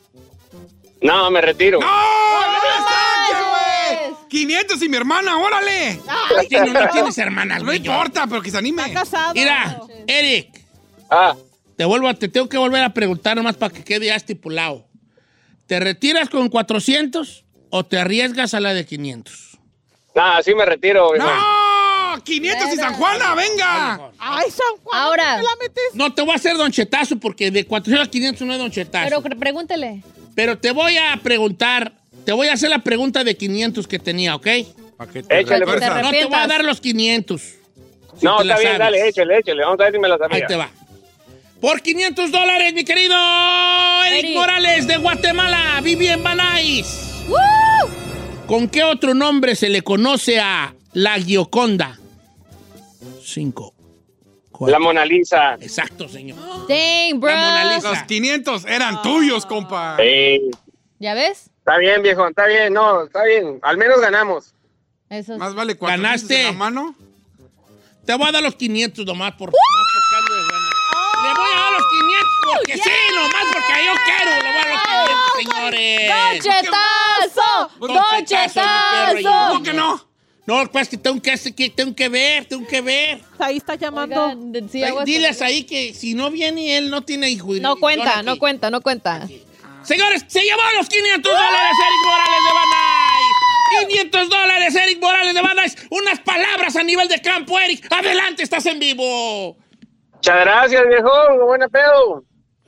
No, me retiro. ¡No! ¡No me saques, güey! quinientos y mi hermana, órale. Sí, no, no tienes hermanas, No güey. yo. importa, pero que se anime. Está casado. Mira, Eric, Ah, te vuelvo a, te tengo que volver a preguntar nomás para que quede ya estipulado. ¿Te retiras con cuatrocientos o te arriesgas a la de quinientos? nada, sí me retiro. viejo. ¡No! quinientos y San Juana, venga. Ay, San Juan. Ahora. ¿por qué la metes? No te voy a hacer Don Chetazo porque de cuatrocientos a quinientos no es Don Chetazo. Pero Pero, cre- pregúntele. te voy a preguntar, te voy a hacer la pregunta de quinientos que tenía, ¿ok? ¿Para qué te Échale, refuerzas? pues. No te voy a Arrepientas. dar los quinientos. si No, te la está bien, sabes. dale, échale, échale. Vamos a ver si me la sabía. Ahí te va. Por quinientos dólares, mi querido Eric, Eric. Morales de Guatemala, vive en Van Nuys. ¿Con qué otro nombre se le conoce a la Gioconda? Cinco. cuatro. La Mona Lisa. Exacto, señor. Dang, bro. La Mona Lisa. Los quinientos eran tuyos, compa. Sí. ¿Ya ves? Está bien, viejo, está bien, no, está bien. Al menos ganamos. Eso es. Más vale cuatrocientos Ganaste. en la mano. Te voy a dar los quinientos nomás por, nomás porque ando de buena. Le voy a dar los quinientos Porque yeah. sí, nomás porque yo quiero. Lo voy a los quinientos, señores. ¡Don Chetazo! ¡Don Chetazo! ¿Cómo que no? No, pues que tengo que, que tengo que ver, tengo que ver. Ahí está llamando. Oigan, sí, Ay, diles ahí que si no viene él, no tiene hijo. No cuenta, no cuenta, no cuenta. Aquí. Señores, se llevó los quinientos dólares Eric Morales de Banais. quinientos dólares Eric Morales de Banais. Unas palabras a nivel de campo, Eric. Adelante, estás en vivo. Muchas gracias, viejón. Buena pedo.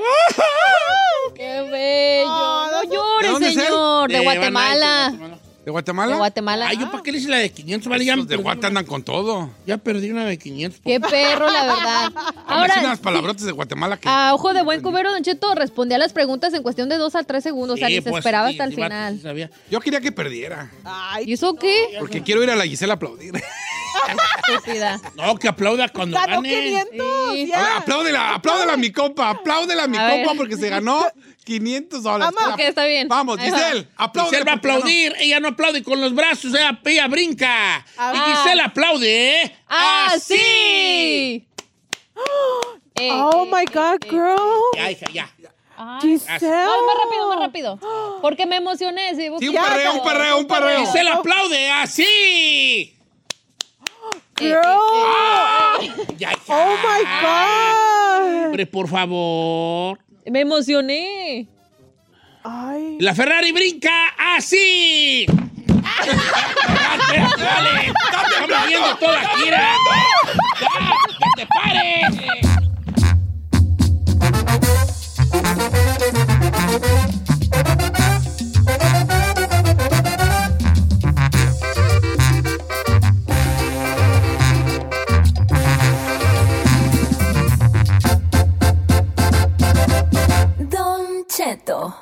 ¡Qué bello! Oh, no llores, ¿De señor. De, de Guatemala. Banais, ¿De Guatemala? De Guatemala. Ay, ¿yo para qué le hice la de quinientos? Vale, ya Los de Guate andan con todo. Ya perdí una de quinientos. Qué perro, la verdad. Ahora sí, unas palabrotas de Guatemala que... A ojo de buen cubero, Don Cheto respondía a las preguntas en cuestión de dos a tres segundos. Sí, o sea, ni se pues, esperaba sí, hasta el sí, final. sí sabía. Yo quería que perdiera. Ay, ¿Y eso qué? Porque quiero ir a la Gisela a aplaudir. Estúpida. No, que aplauda cuando ganó gane. quinientos. Sí. Ya. A ver, apláudela, apláudela a mi compa, apláudela a mi A compa ver. porque se ganó quinientos dólares. Ama. Ok, está bien. Vamos, Ahí va. Giselle, apláudela. Giselle va a porque ganó. aplaudir. Ella no aplaude con los brazos, ella, ella brinca. Ah. Y Giselle aplaude, ¿eh? ¡Así! Eh, Oh eh, my God, eh, girl. Ya, hija, ya. Ay. Giselle. Vamos, más rápido, más rápido. Porque me emocioné. Sí, Sí, un Ya, perreo, un perreo, un perreo. Giselle aplaude, así. Girl. Ya, hija. Oh my God. Hombre, por favor. Me emocioné. Ay. La Ferrari brinca así. Espérate, dale. Estamos viendo toda la gira. Ya, que te pares. Don Cheto.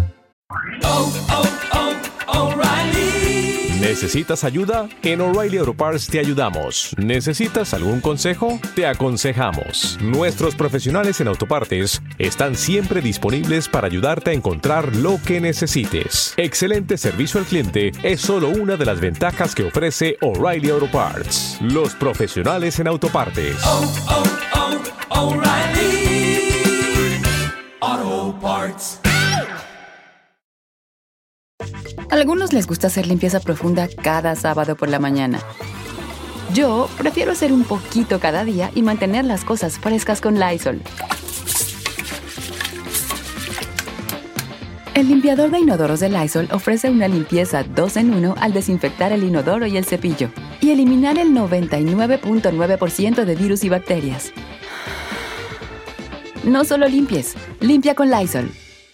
¿Necesitas ayuda? En O'Reilly Auto Parts te ayudamos. ¿Necesitas algún consejo? Te aconsejamos. Nuestros profesionales en autopartes están siempre disponibles para ayudarte a encontrar lo que necesites. Excelente servicio al cliente es solo una de las ventajas que ofrece O'Reilly Auto Parts. Los profesionales en autopartes. Oh, oh, oh, O'Reilly Auto Parts. A algunos les gusta hacer limpieza profunda cada sábado por la mañana. Yo prefiero hacer un poquito cada día y mantener las cosas frescas con Lysol. El limpiador de inodoros de Lysol ofrece una limpieza dos en uno al desinfectar el inodoro y el cepillo y eliminar el noventa y nueve punto nueve por ciento de virus y bacterias. No solo limpies, limpia con Lysol.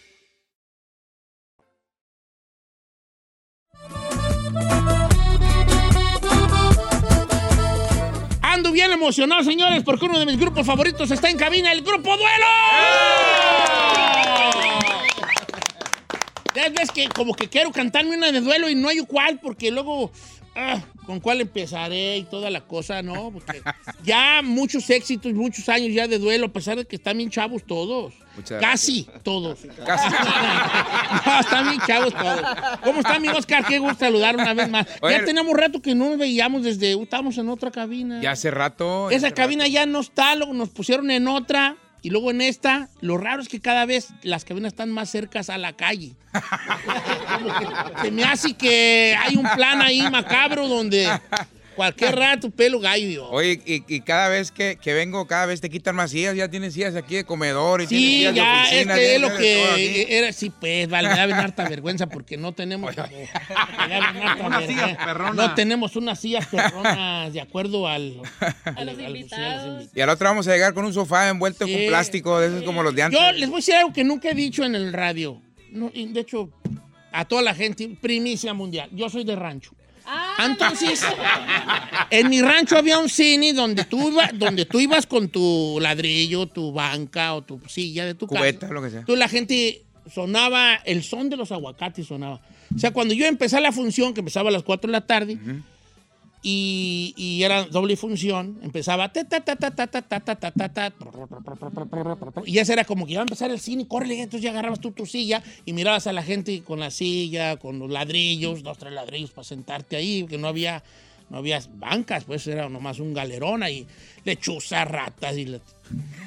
Ando bien emocionado, señores, porque uno de mis grupos favoritos está en cabina, el Grupo Duelo. Ya ves que como que quiero cantarme una de duelo y no hay cuál, porque luego, ah, ¿con cuál empezaré y toda la cosa, no? Porque ya muchos éxitos, muchos años ya de duelo, a pesar de que están bien chavos todos. Muchas Casi todos. Casi. No, están bien chavos todos. ¿Cómo está, mi Oscar? Qué gusto saludar una vez más. Oye, ya tenemos rato que no nos veíamos desde... Estábamos en otra cabina. Ya hace rato. Esa hace cabina rato. ya no está, luego nos pusieron en otra y luego en esta. Lo raro es que cada vez las cabinas están más cercas a la calle. Como que se me hace que hay un plan ahí macabro donde cualquier rato pelo gallo. Oye, y, y cada vez que, que vengo, cada vez te quitan más sillas. Ya tienes sillas aquí de comedor y Sí, tienes sillas de ya, oficina. este es tienes lo de todo aquí. que era, sí, pues, vale, me da bien harta vergüenza porque no tenemos como- me da bien harta Unas sillas vergüenza. perronas. No tenemos unas sillas perronas de acuerdo al... A los invitados. Y al otro vamos a llegar con un sofá envuelto Sí. con plástico, de esos como los de antes. Yo les voy a decir algo que nunca he dicho en el radio. No, y de hecho, a toda la gente, primicia mundial. Yo soy de rancho. Entonces, en mi rancho había un cine donde tú, iba, donde tú ibas con tu ladrillo, tu banca o tu silla de tu Cubeta, casa. lo que sea. Tú la gente sonaba, el son de los aguacates sonaba. O sea, cuando yo empecé la función, que empezaba a las cuatro de la tarde, y, y era doble función, empezaba ta, ta, ta, ta, ta, ta, ta, ta, ta, ta, ta, y ya era como que iba a empezar el cine, córrele, entonces ya agarrabas tú tu silla y mirabas a la gente con la silla, con los ladrillos, dos, tres ladrillos para sentarte ahí, que no había, no había bancas, pues era nomás un galerón ahí, lechuzas, ratas y... Le...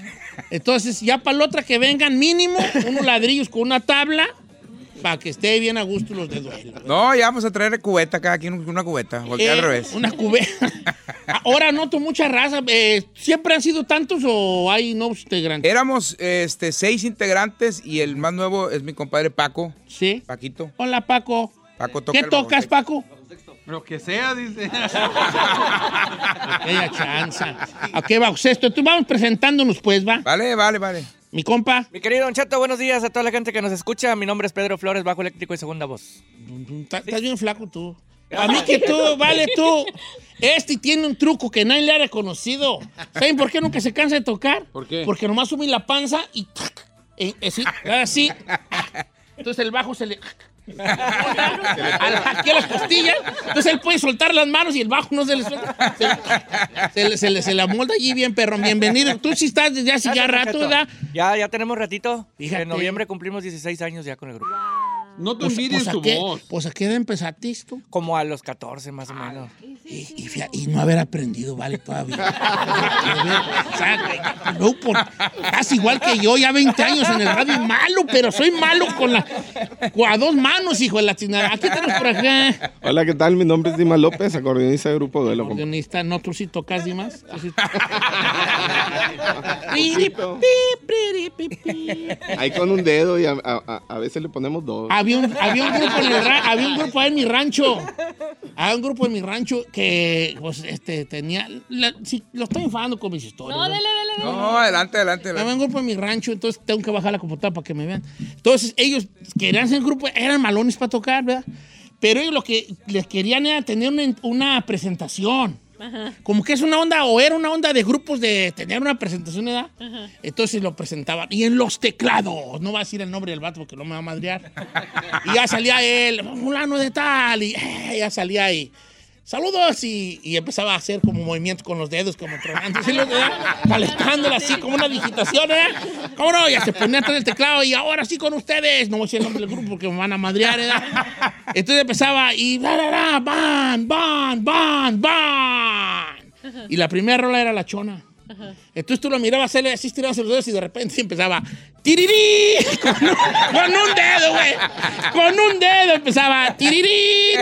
Entonces, ya para la otra que vengan mínimo unos ladrillos con una tabla para que esté bien a gusto los de duelo. No, ya vamos a traer cubeta, cada quien una cubeta, o Eh, al revés. Una cubeta. Ahora noto mucha raza. Eh, ¿Siempre han sido tantos o hay nuevos integrantes? Éramos este, seis integrantes y el más nuevo es mi compadre Paco. Sí. Paquito. Hola, Paco. Paco toca ¿Qué el tocas, bajo. Paco? Lo que sea, dice. Aquella chanza. ¿A qué va esto? Tú vamos presentándonos, pues, ¿va? Vale, vale, vale. Mi compa. Mi querido Don Cheto, buenos días a toda la gente que nos escucha. Mi nombre es Pedro Flores, bajo eléctrico y segunda voz. Estás bien flaco tú. A mí que tú, vale tú. Este tiene un truco que nadie le ha reconocido. ¿Saben por qué nunca se cansa de tocar? ¿Por qué? Porque nomás sube la panza y ¡tac! Eh, así, así. Entonces el bajo se le... a la- aquí a las costillas. Entonces él puede soltar las manos y el bajo no se le suelta. Se, se le- se le, se le amolda allí bien, perro. Bienvenido. Tú sí estás desde hace ya rato, ¿verdad? Ya, ya tenemos ratito. Fíjate. En noviembre cumplimos dieciséis años ya con el grupo. No te Pues, envidies pues, tu ¿a qué, voz. pues a qué edad empezaste tú? Como a los catorce más o menos. Y, y, fía- y no haber aprendido, vale, todavía. O sea, no, por, casi igual que yo, ya veinte años en el radio, malo, pero soy malo con la a dos manos, hijo de la chingada. Aquí tenemos por acá. Hola, ¿qué tal? Mi nombre es Dima López, acordeonista de Grupo Duelo. compa. Organista, no, tú sí tocas, Dimas. Tú sí- Ahí con un dedo y a, a- a veces le ponemos dos. Había un, había un grupo en el ra- había un grupo ahí en mi rancho. Había un grupo en mi rancho que, pues, este, tenía... la- sí, lo estoy enfadando con mis historias. No, ¿no? dele, dele, dele. No, adelante, adelante. Había adelante. un grupo en mi rancho, entonces tengo que bajar la computadora para que me vean. Entonces, ellos querían ser grupo, eran malones para tocar, ¿verdad? Pero ellos lo que les querían era tener una, una presentación. Ajá. Como que es una onda, o era una onda de grupos de tener una presentación, ¿verdad? Ajá. Entonces lo presentaban. Y en los teclados, no va a decir el nombre del vato porque no me va a madrear. Y ya salía él, fulano de tal, y eh, ya salía ahí. Saludos, y, y empezaba a hacer como movimientos con los dedos, como tronando, así, ¿verdad? Calentándola así, como una digitación, ¿verdad? ¿Cómo no? Ya se ponía atrás del teclado, y ahora sí con ustedes. No voy a decir el nombre del grupo porque me van a madrear, ¿verdad? Entonces empezaba, y bla, bla, bla, ban, ban, ban, ban. Y la primera rola era La Chona. Entonces tú lo mirabas hacerle así, tirabas los dedos y de repente empezaba tirirí con un, con un dedo, güey. Con un dedo empezaba tirirí,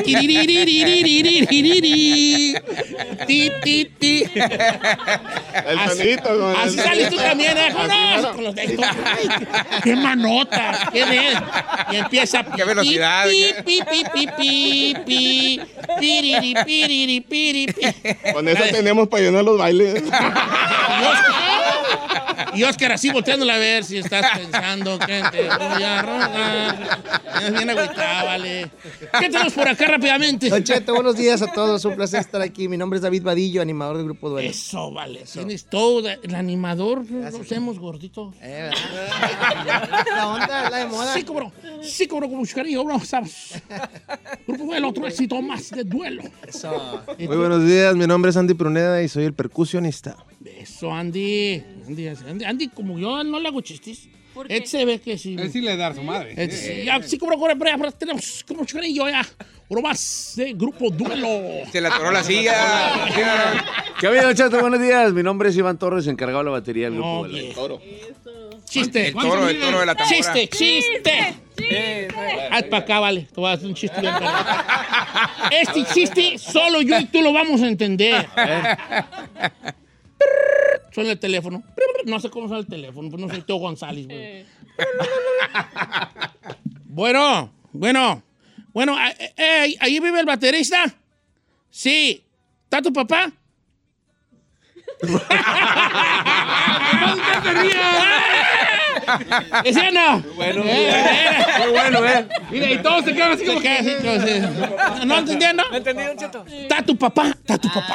tirirí, ti, ti, ti. El Así- sonidito con Así el- sales tú también, ¿eh? Así, No, mano. con los dedos. Ay, qué manota, qué ves. Y empieza Qué velocidad, pi, qué- pi, pi, pi, pi, pi, piriri, piriri, piriri, pi. Con eso tenemos para llenar los bailes. Y Oscar, y Oscar así volteándola a ver si estás pensando que te voy a rogar. Es bien agüitado, vale. ¿Qué tenemos por acá rápidamente? Don Cheto, buenos días a todos. Un placer estar aquí. Mi nombre es David Vadillo, animador del Grupo Duelo. Eso, vale. Tienes todo. El animador, lo hacemos gordito. Eh, ¿verdad? La onda, la de moda. Sí, cobro. Sí, cobro con mucho cariño, bro, ¿sabes? Grupo Duelo, otro éxito más de duelo. Eso. Muy buenos días, mi nombre es Andy Pruneda y soy el percusionista. Eso, Andy. Andy, Andy, Andy, como yo no le hago chistes. Él se ve que sí. Él sí le da a su madre. Él sí, ya, sí, como ahora, pero ya tenemos como mucho cariño ya. Uno más de Grupo Duelo. Se le atoró la silla. ¿Qué ha habido, Don Cheto? Buenos días. Mi nombre es Iván Torres, encargado de la batería del Grupo Oye. Duelo. Toro. Chiste. El toro, el toro de la tambora. Chiste, chiste. Haz para acá, vale. Te voy a hacer un chiste bien perro. Este chiste solo yo y tú lo vamos a entender. Suena el teléfono. No sé cómo suena el teléfono, pues no soy Teo González. Güey. Bueno, bueno, bueno, eh, eh, ¿ahí vive el baterista? Sí. ¿Está tu papá? ¿Ese o no? Bueno, Eh, muy bueno, ¿eh? Mira, y todos se quedan así como Se queda así, como se- ¿No entendiendo? ¿Me entendí, Don Cheto? Está tu papá, está tu papá.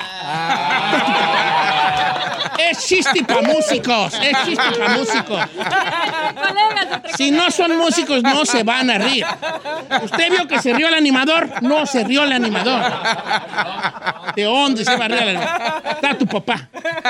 Es chiste para músicos, es chiste para músicos. Si no son músicos, no se van a reír. ¿Usted vio que se rió el animador? No se rió el animador. ¿De dónde se va a reír el animador? Está tu papá.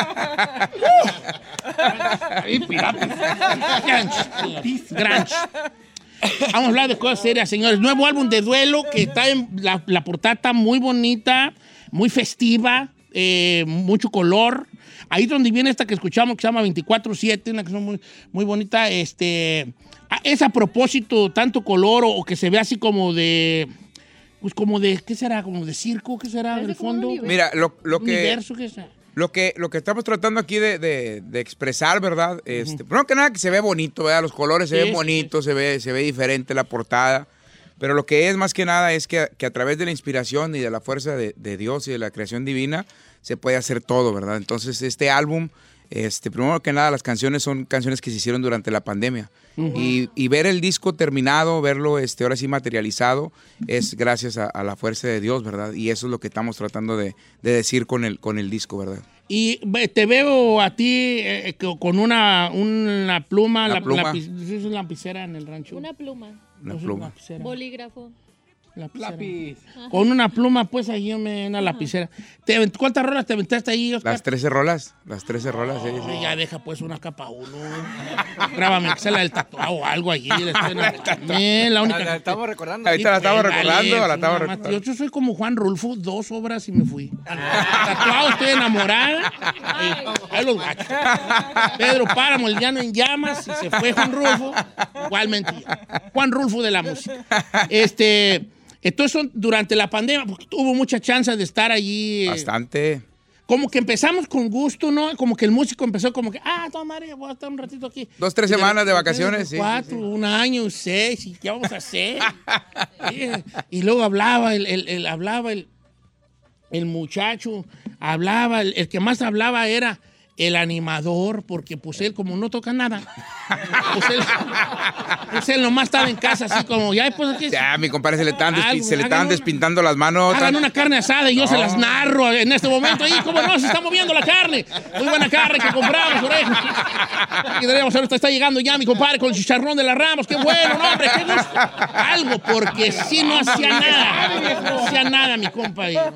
ahí piratas. Granch, Granch. Vamos a hablar de cosas serias, señores. Nuevo álbum de Duelo que está en la, la portada está muy bonita, muy festiva, eh, mucho color. Ahí donde viene esta que escuchamos, que se llama veinticuatro siete, una canción muy, muy bonita, este, es a propósito, tanto color o, o que se ve así como de, pues como de, ¿qué será? Como de circo, ¿qué será? Del fondo. Mira, lo, lo que... Universo, ¿qué será? Lo que, lo que estamos tratando aquí de, de, de expresar, ¿verdad? Este, primero que nada que se ve bonito, ¿verdad? Los colores se Sí, ven sí, bonitos, se ve, se ve diferente la portada. Pero lo que es más que nada es que, que a través de la inspiración y de la fuerza de, de Dios y de la creación divina se puede hacer todo, ¿verdad? Entonces este álbum, este, primero que nada las canciones son canciones que se hicieron durante la pandemia. Uh-huh. y, y ver el disco terminado, verlo este, ahora sí materializado, es gracias a, a la fuerza de Dios, ¿verdad? Y eso es lo que estamos tratando de, de decir con el, con el disco, ¿verdad? Y te veo a ti eh, con una, una pluma, la la, pluma. Lapic, ¿es lapicera en el rancho? Una pluma. Una No, pluma. lapicera. Bolígrafo. Lapicera. Lápiz. Con una pluma, pues ahí me una lapicera. ¿Te, avent- ¿Cuántas rolas te aventaste ahí, Oscar? Las trece rolas, las trece rolas, sí, sí. Ya deja pues una capa uno. Grábame que sea la del tatuado o algo allí. Bien, la única. La, la estamos recordando. Ahorita la estamos Pues, recordando, vale, la estamos nada más. recordando. Yo soy como Juan Rulfo, dos obras y me fui. Tatuado, estoy enamorada. Eh, ahí los gachos. Pedro Páramo, el llano en llamas, y se fue Juan Rulfo. Igualmente yo. Juan Rulfo de la música. Este, entonces, son durante la pandemia, porque tuvo mucha chance de estar allí. eh, Bastante. Como que empezamos con gusto, ¿no? Como que el músico empezó como que, ah, toma madre, voy a estar un ratito aquí. Dos, tres Y semanas de repente, vacaciones, sí, Cuatro, sí, sí. un año, seis, ¿y qué vamos a hacer? Sí. Y luego hablaba, el, el, el- hablaba el, el muchacho, hablaba, el, el que más hablaba era el animador, porque pues él como no toca nada, pues él, pues él nomás estaba en casa así como, ya después aquí Ya, mi compadre, se le estaban, despi- Algo, se le hagan estaban una- despintando las manos. hagan una carne asada y yo No. se las narro en este momento. Ahí, ¿cómo no? Se está moviendo la carne. Muy buena carne que compramos, oreja. Y diríamos, ahorita está llegando ya mi compadre con el chicharrón de las Ramos. ¡Qué bueno, no, hombre! ¡Qué gusto! Algo, porque sí no hacía nada. No hacía nada, mi compa. ahí.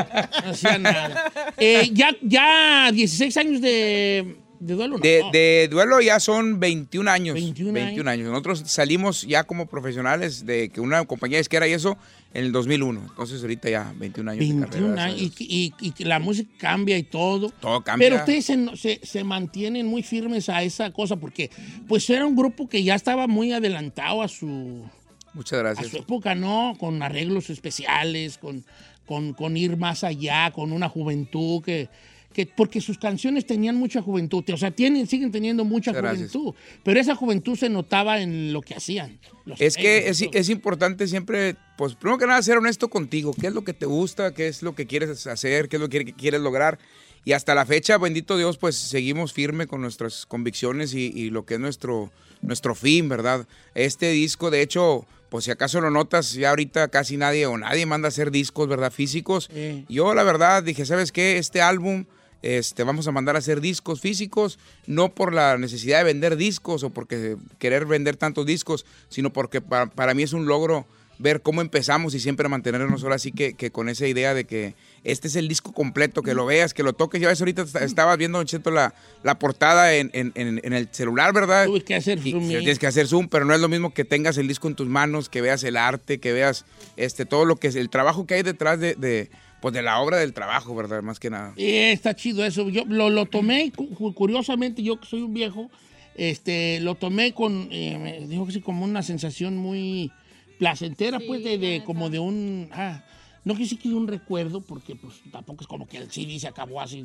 No hacía nada. Eh, ya, ya dieciséis años de, de duelo, ¿no? De, de duelo ya son veintiún años. veintiún veintiún años. Nosotros salimos ya como profesionales de que una compañía disquera y eso en el dos mil uno. Entonces ahorita ya veintiún años. de veintiún carrera, gracias a años. Dios. Y, y- y que la música cambia y todo. Todo cambia. Pero ustedes se, se- se mantienen muy firmes a esa cosa porque pues era un grupo que ya estaba muy adelantado a su, Muchas a gracias. su época, ¿no? Con arreglos especiales, con, con, con ir más allá, con una juventud que, que... Porque sus canciones tenían mucha juventud. O sea, tienen, siguen teniendo mucha Muchas gracias. juventud. Pero esa juventud se notaba en lo que hacían. los Es que arreglos es, y todo. es importante siempre, pues primero que nada, ser honesto contigo. ¿Qué es lo que te gusta? ¿Qué es lo que quieres hacer? ¿Qué es lo que que quieres lograr? Y hasta la fecha, bendito Dios, pues seguimos firme con nuestras convicciones y, y lo que es nuestro, nuestro fin, ¿verdad? Este disco, de hecho, pues si acaso lo notas, ya ahorita casi nadie o nadie manda a hacer discos, ¿verdad? Físicos. Sí. Yo, la verdad, dije, ¿sabes qué? Este álbum... Este, vamos a mandar a hacer discos físicos, no por la necesidad de vender discos o porque querer vender tantos discos, sino porque para, para mí es un logro ver cómo empezamos y siempre mantenernos ahora sí que, que con esa idea de que este es el disco completo, que lo veas, que lo toques. Ya ves, ahorita est- estaba viendo, Don Cheto, la, la portada en, en- en- en el celular, ¿verdad? Tuve que hacer Y- zoom y in. tienes que hacer zoom, pero no es lo mismo que tengas el disco en tus manos, que veas el arte, que veas este, todo lo que es el trabajo que hay detrás de, de, pues de la obra del trabajo, ¿verdad? Más que nada. Eh, está chido eso. Yo lo, lo tomé, y cu- curiosamente, yo que soy un viejo, este, lo tomé con, eh, me dijo que sí, como una sensación muy placentera, pues, de, de- como de un, ah, no que sí que de un recuerdo, porque pues tampoco es como que el C D se acabó así,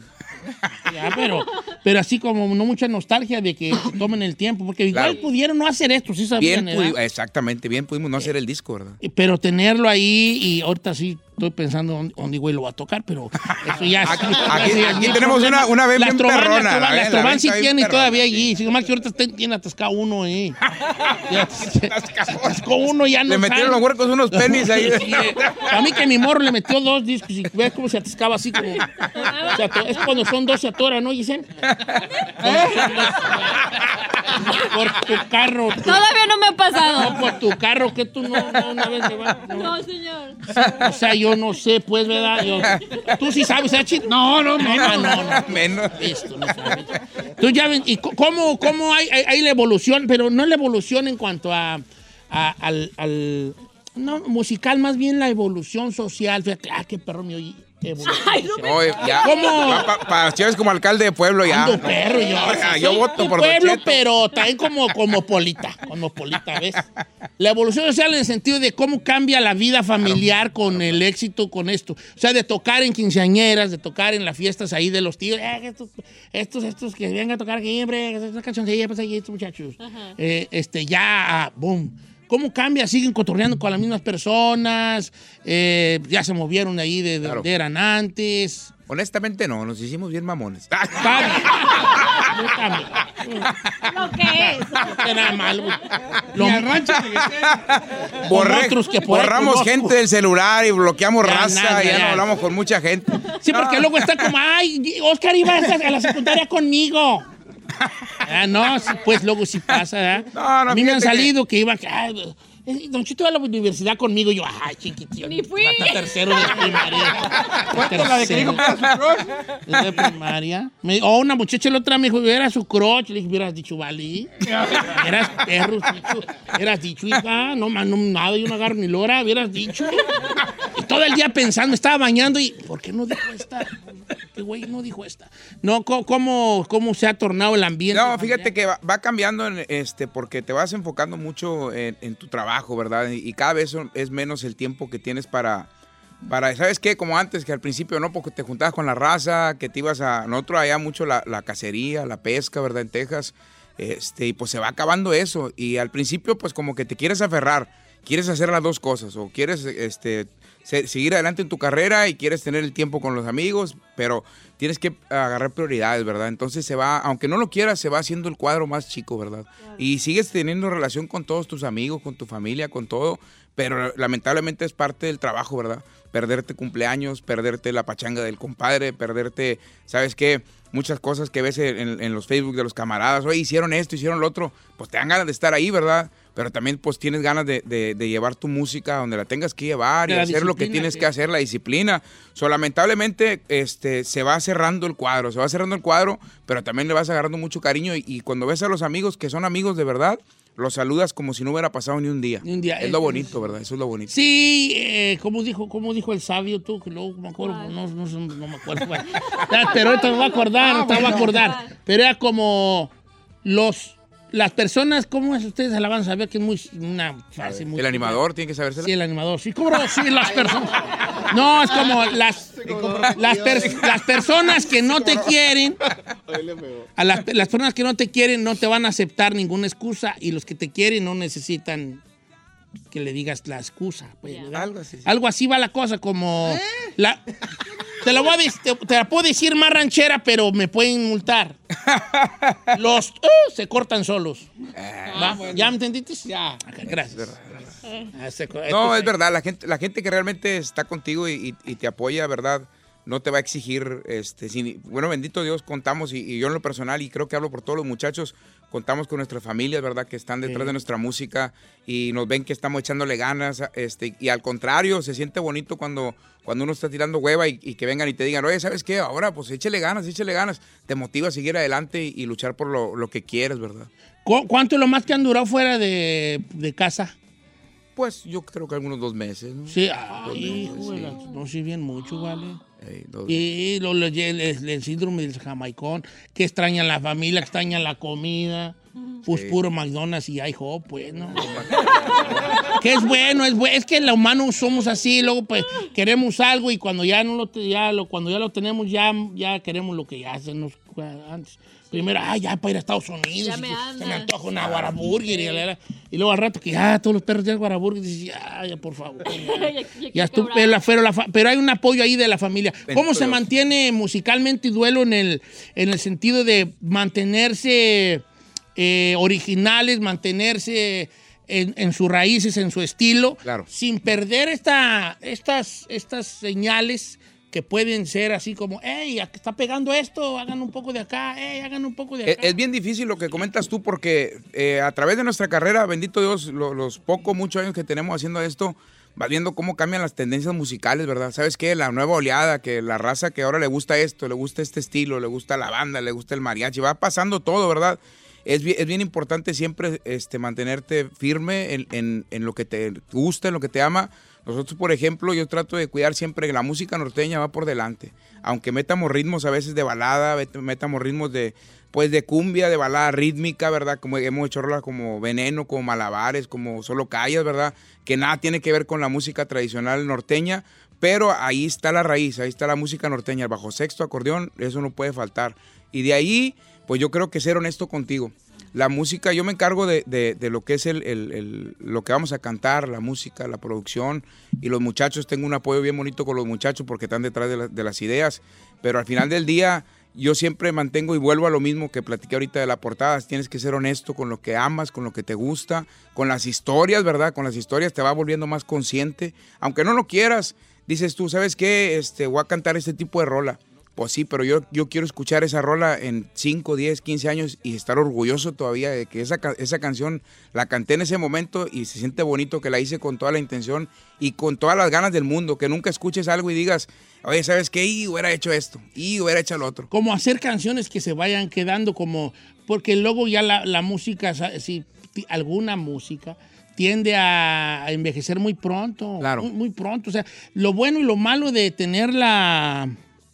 ya, pero, pero así como no mucha nostalgia de que se tomen el tiempo, porque igual Claro. pudieron no hacer esto, sí sabían, Bien, ¿verdad? pudi- exactamente, bien pudimos no hacer el disco, ¿verdad? Pero tenerlo ahí y ahorita sí estoy pensando dónde, dónde güey lo va a tocar, pero eso ya es- Aquí- ya aquí- es- aquí ya es tenemos problema. una- una vez Las bien Trovan, perrona, las Trovan, la las ven- Trovan la sí ven tiene bien todavía perrona, allí, sin más que ahorita está- tiene atascado uno ahí. Ya, se atascó uno ya no Le metieron sale. los huercos unos penis ahí. Sí, eh, a mí que mi morro le metió dos discos y ves cómo se atascaba así como... se ato- es cuando son dos se atoran, ¿no, Giselle? Cuando son dos, por tu carro. tu- Todavía no me ha pasado. No, por tu carro que tú no, no una vez me vas... no. No, señor. O sea, yo no sé, pues, ¿verdad? Yo- ¿Tú sí sabes, eh, Chino? No, no, menos. No, no, no. Menos. Esto, no sabes. Tú ya ven, ¿y cómo, cómo hay, hay, hay la evolución? Pero no la evolución en cuanto a, a- al, al- no, musical, más bien la evolución social. Fíjate, ah, qué perro mío. Ay, no me No, ya. ¿Cómo? Para pa, pa, Chévez como alcalde de pueblo ya. Ando perro, yo. Ah, yo Soy voto de por pueblo, Don Cheto. pero también como cosmopolita. Cosmopolita, ¿ves? La evolución social en el sentido de cómo cambia la vida familiar con el éxito, con esto. O sea, de tocar en quinceañeras, de tocar en las fiestas ahí de los tíos. Eh, estos, estos, estos que vengan a tocar aquí, hombre, una cancioncilla, pues ahí, estos muchachos. Eh, este, ya, boom. ¿Cómo cambia? Siguen cotorreando con las mismas personas. Eh, ya se movieron ahí de, de Claro. donde eran antes. Honestamente no, nos hicimos bien mamones. Yo también. lo que es. No nada malo. Lo Borré- otros que por ahí borramos conozco. gente del celular y bloqueamos Ya, raza nada, y ya, ya. no hablamos con mucha gente. Sí, porque luego está como, ay, Oscar iba a la secundaria conmigo. Ah, no, sí, pues luego sí pasa, ¿eh? No, no, a mí me han fíjate que- salido que, iban, ay, eh, Don Chito iba a la universidad conmigo. Y yo, ay, chiquitío. Ni fui. Hasta tercero de primaria. ¿Cuánto la de que dijo que era su crush? De primaria. Me, o una muchacha la otra me dijo, era su crush. Le dije, hubieras dicho, vale. Eras perro, dicho. Hubieras dicho, hija. No, man, no, nada, yo no agarro ni lora. Hubieras dicho. Y todo el día pensando, estaba bañando y, ¿por qué no dijo esta? ¿Qué güey no dijo esta? No, ¿cómo, cómo se ha tornado el ambiente? No, fíjate que va, va cambiando en este, porque te vas enfocando mucho en, en tu trabajo, ¿verdad? Y, y cada vez son- es menos el tiempo que tienes para, para, ¿sabes qué? Como antes, que al principio, ¿no? Porque te juntabas con la raza, que te ibas a... Nosotros allá mucho la, la cacería, la pesca, ¿verdad? En Texas. Este, y pues se va acabando eso. Y al principio, pues como que te quieres aferrar. Quieres hacer las dos cosas. O quieres, este... se- seguir adelante en tu carrera y quieres tener el tiempo con los amigos, pero tienes que agarrar prioridades, ¿verdad? Entonces se va, aunque no lo quieras, se va haciendo el cuadro más chico, ¿verdad? Y sigues teniendo relación con todos tus amigos, con tu familia, con todo, pero lamentablemente es parte del trabajo, ¿verdad? Perderte cumpleaños, perderte la pachanga del compadre, perderte, ¿sabes qué? Muchas cosas que ves en, en los Facebook de los camaradas, oye, hicieron esto, hicieron lo otro, pues te dan ganas de estar ahí, ¿verdad? Pero también pues tienes ganas de, de- de llevar tu música donde la tengas que llevar y De la hacer lo que disciplina, tienes sí. que hacer, la disciplina. So, lamentablemente este, se va cerrando el cuadro, se va cerrando el cuadro, pero también le vas agarrando mucho cariño y, y cuando ves a los amigos que son amigos de verdad, los saludas como si no hubiera pasado ni un día. Ni un día. Es lo bonito, ¿verdad? Eso es lo bonito. Sí, eh, ¿cómo dijo, cómo dijo el sabio tú? Que luego me acuerdo, no, no, no, no me acuerdo. Bueno, ya, pero ahorita me voy a acordar, ahorita me voy a acordar. Pero era como los, las personas, ¿cómo es? Ustedes se la van a saber que es muy, una frase muy... El animador tiene que sabérsela. Sí, el animador. Sí, ¿cómo no? Sí, las personas. No, es como las, las, pers- las personas que no te quieren, a las, las personas que no te quieren no te van a aceptar ninguna excusa y los que te quieren no necesitan que le digas la excusa. Pues, ¿verdad? Algo así. Algo así va la cosa, como... La, te, la voy a, dec- te, te la puedo decir más ranchera, pero me pueden multar. Los uh, se cortan solos. ¿Va? ¿Ya me entendiste? Ya. Gracias. Ah, se co- No, esto- es verdad, la gente, la gente que realmente está contigo y, y- y te apoya, ¿verdad? No te va a exigir, este, sin- bueno, bendito Dios, contamos, y, y yo en lo personal, y creo que hablo por todos los muchachos, contamos con nuestras familias, ¿verdad? Que están detrás Sí. de nuestra música y nos ven que estamos echándole ganas, este, y al contrario, se siente bonito cuando, cuando uno está tirando hueva y, y que vengan y te digan, oye, ¿sabes qué? Ahora, pues échale ganas, échale ganas. Te motiva a seguir adelante y, y luchar por lo, lo que quieres, ¿verdad? ¿Cu- ¿Cuánto es lo más que han durado fuera de, de casa? Pues yo creo que algunos dos meses, ¿no? Sí, Dos ay, meses, hijo de sí. la- no, sí, bien mucho, ¿vale? Ey, dos- Y lo, lo- el, el- el síndrome del jamaicón, que extrañan la familia, que extrañan la comida, pues Sí. puro McDonald's y IHOP, pues, ¿no? Que es bueno, es bueno, es que los humanos somos así, luego pues queremos algo y cuando ya no lo, te- ya lo, cuando ya lo tenemos, ya, ya queremos lo que ya se nos fue antes. Primero, ay, ya para ir a Estados Unidos, Ya y me que anda. se me antoja una guaraburger, y, la- la- y luego al rato que ya todos los perros tienen guaraburger, y dices, ya, ya, por favor. Ya, Ya- ya ya estuvo, quebrado. la- pero, la fa- pero hay un apoyo ahí de la familia. ¿Cómo se Dios. mantiene musicalmente Duelo en el, en el sentido de mantenerse eh, originales, mantenerse en, en sus raíces, en su estilo, Claro. sin perder esta, estas, estas señales que pueden ser así como, hey, aquí está pegando esto, hagan un poco de acá, hey, hagan un poco de Es, acá? es bien difícil lo que comentas tú porque eh, a través de nuestra carrera, bendito Dios, lo- los pocos, muchos años que tenemos haciendo esto, vas viendo cómo cambian las tendencias musicales, ¿verdad? ¿Sabes qué? La nueva oleada, que la raza que ahora le gusta esto, le gusta este estilo, le gusta la banda, le gusta el mariachi, va pasando todo, ¿verdad? Es bien, es bien importante siempre este, mantenerte firme en, en- en lo que te gusta, en lo que te ama, Nosotros, por ejemplo, yo trato de cuidar siempre que la música norteña va por delante. Aunque metamos ritmos a veces de balada, metamos ritmos de, pues, de cumbia, de balada rítmica, ¿verdad? Como hemos hecho rolas como Veneno, como Malabares, como Solo Callas, ¿verdad? Que nada tiene que ver con la música tradicional norteña, pero ahí está la raíz, ahí está la música norteña, el bajo sexto, acordeón, eso no puede faltar. Y de ahí, pues yo creo que ser honesto contigo. La música, yo me encargo de, de, de lo que es el, el, el, lo que vamos a cantar, la música, la producción, y los muchachos, tengo un apoyo bien bonito con los muchachos porque están detrás de, la, de las ideas, pero al final del día yo siempre mantengo y vuelvo a lo mismo que platiqué ahorita de la portada. Tienes que ser honesto con lo que amas, con lo que te gusta, con las historias, ¿verdad? Con las historias te va volviendo más consciente, aunque no lo quieras, dices tú, ¿sabes qué? Este, voy a cantar este tipo de rola. Pues sí, pero yo, yo quiero escuchar esa rola en cinco, diez, quince años y estar orgulloso todavía de que esa, esa canción la canté en ese momento y se siente bonito que la hice con toda la intención y con todas las ganas del mundo, que nunca escuches algo y digas, oye, ¿sabes qué? Y hubiera hecho esto, y hubiera hecho lo otro. Como hacer canciones que se vayan quedando como, porque luego ya la, la música, si alguna música tiende a envejecer muy pronto, claro. muy, muy pronto. O sea, lo bueno y lo malo de tener la...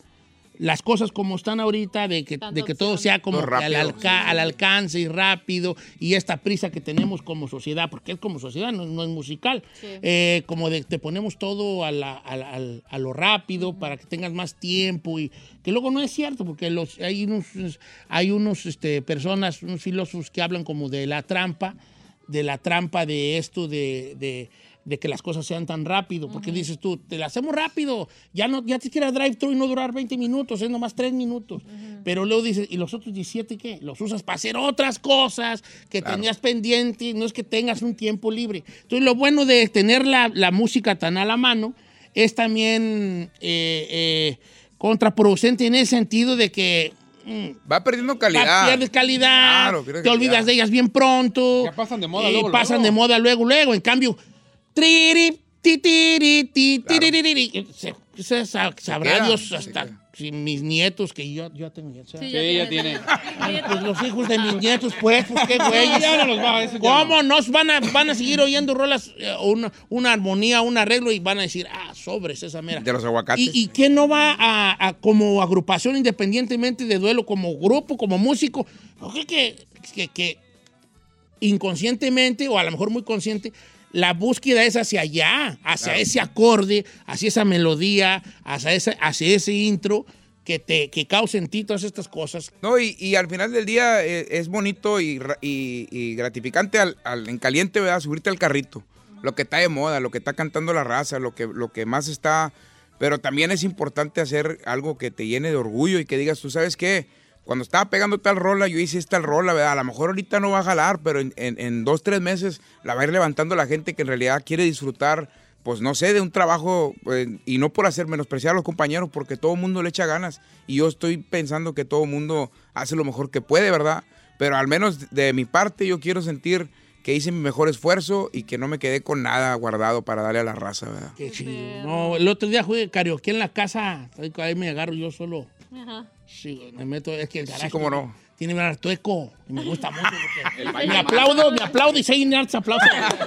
las cosas como están ahorita, de que, de que todo sea como rápido, al, alca sí. al alcance y rápido, y esta prisa que tenemos como sociedad, porque es como sociedad, no, no es musical, sí. eh, como de te ponemos todo a, la, a, la, a lo rápido uh-huh. para que tengas más tiempo, y que luego no es cierto, porque los, hay unos, hay unos este, personas, unos filósofos que hablan como de la trampa, de la trampa de esto, de... de de que las cosas sean tan rápido, porque uh-huh. dices tú, te las hacemos rápido, ya no ya te quieras drive-thru y no durar veinte minutos, es nomás tres minutos, uh-huh. pero luego dices, ¿y los otros diecisiete qué? Los usas para hacer otras cosas que claro. tenías pendientes, no es que tengas un tiempo libre. Entonces lo bueno de tener la, la música tan a la mano es también eh, eh, contraproducente en el sentido de que mm, va perdiendo calidad. Pierdes calidad, claro, te calidad. olvidas de ellas bien pronto. Ya pasan de moda eh, luego, pasan luego. de moda luego, luego. En cambio, Triri, ti, tiri, ti, tiri, se, se, sabrá Dios hasta si mis nietos, que yo, yo tengo nietos. Sí, sí, ya tiene. Ay, pues los hijos de mis nietos, pues, pues qué güeyes. Ya no los va a decir. ¿Cómo nos van a, van a seguir oyendo rolas, eh, una, una armonía, un arreglo y van a decir, ah, sobres esa mera? De los aguacates. ¿Y, y quién no va a, a, como agrupación independientemente de duelo, como grupo, como músico? Porque que, que, que inconscientemente, o a lo mejor muy consciente, la búsqueda es hacia allá, hacia claro. ese acorde, hacia esa melodía, hacia ese, hacia ese intro que te que causa en ti todas estas cosas. No, y, y al final del día eh, es bonito y, y, y gratificante al, al, en caliente, ¿verdad? Subirte al carrito. Lo que está de moda, lo que está cantando la raza, lo que, lo que más está... Pero también es importante hacer algo que te llene de orgullo y que digas, ¿tú sabes qué? Cuando estaba pegando tal rola, yo hice esta rola, ¿verdad? A lo mejor ahorita no va a jalar, pero en, en, en dos, tres meses la va a ir levantando la gente que en realidad quiere disfrutar, pues no sé, de un trabajo, pues, y no por hacer menospreciar a los compañeros, porque todo el mundo le echa ganas. Y yo estoy pensando que todo el mundo hace lo mejor que puede, ¿verdad? Pero al menos de mi parte yo quiero sentir que hice mi mejor esfuerzo y que no me quedé con nada guardado para darle a la raza, ¿verdad? Qué chido. No, el otro día jugué karaoke en la casa, ahí me agarro yo solo. Ajá. Sí, me meto, es que el garaje... Sí, cómo no. Tiene un harto eco y me gusta mucho. Me aplaudo, me aplaudo y seis nerds aplausos.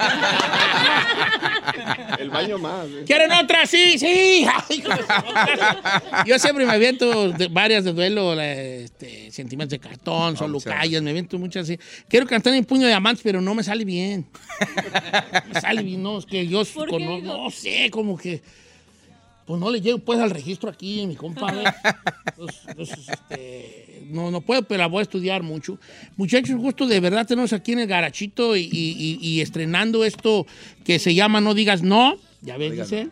El baño más. ¿eh? ¿Quieren otra? Sí, sí. Yo siempre me aviento de, varias de duelo, este, Sentimientos de Cartón, Solo Callas, me aviento muchas así. Quiero cantar en Puño de Amantes, pero no me sale bien. Me sale bien, no, es que yo con, no, no sé, como que... Pues no le llego pues al registro aquí, mi compadre. Entonces, entonces, este, no, no puedo, pero la voy a estudiar mucho. Muchachos, gusto de verdad tenemos aquí en el garachito y, y, y, y estrenando esto que se llama No Digas No. Ya ves, dice.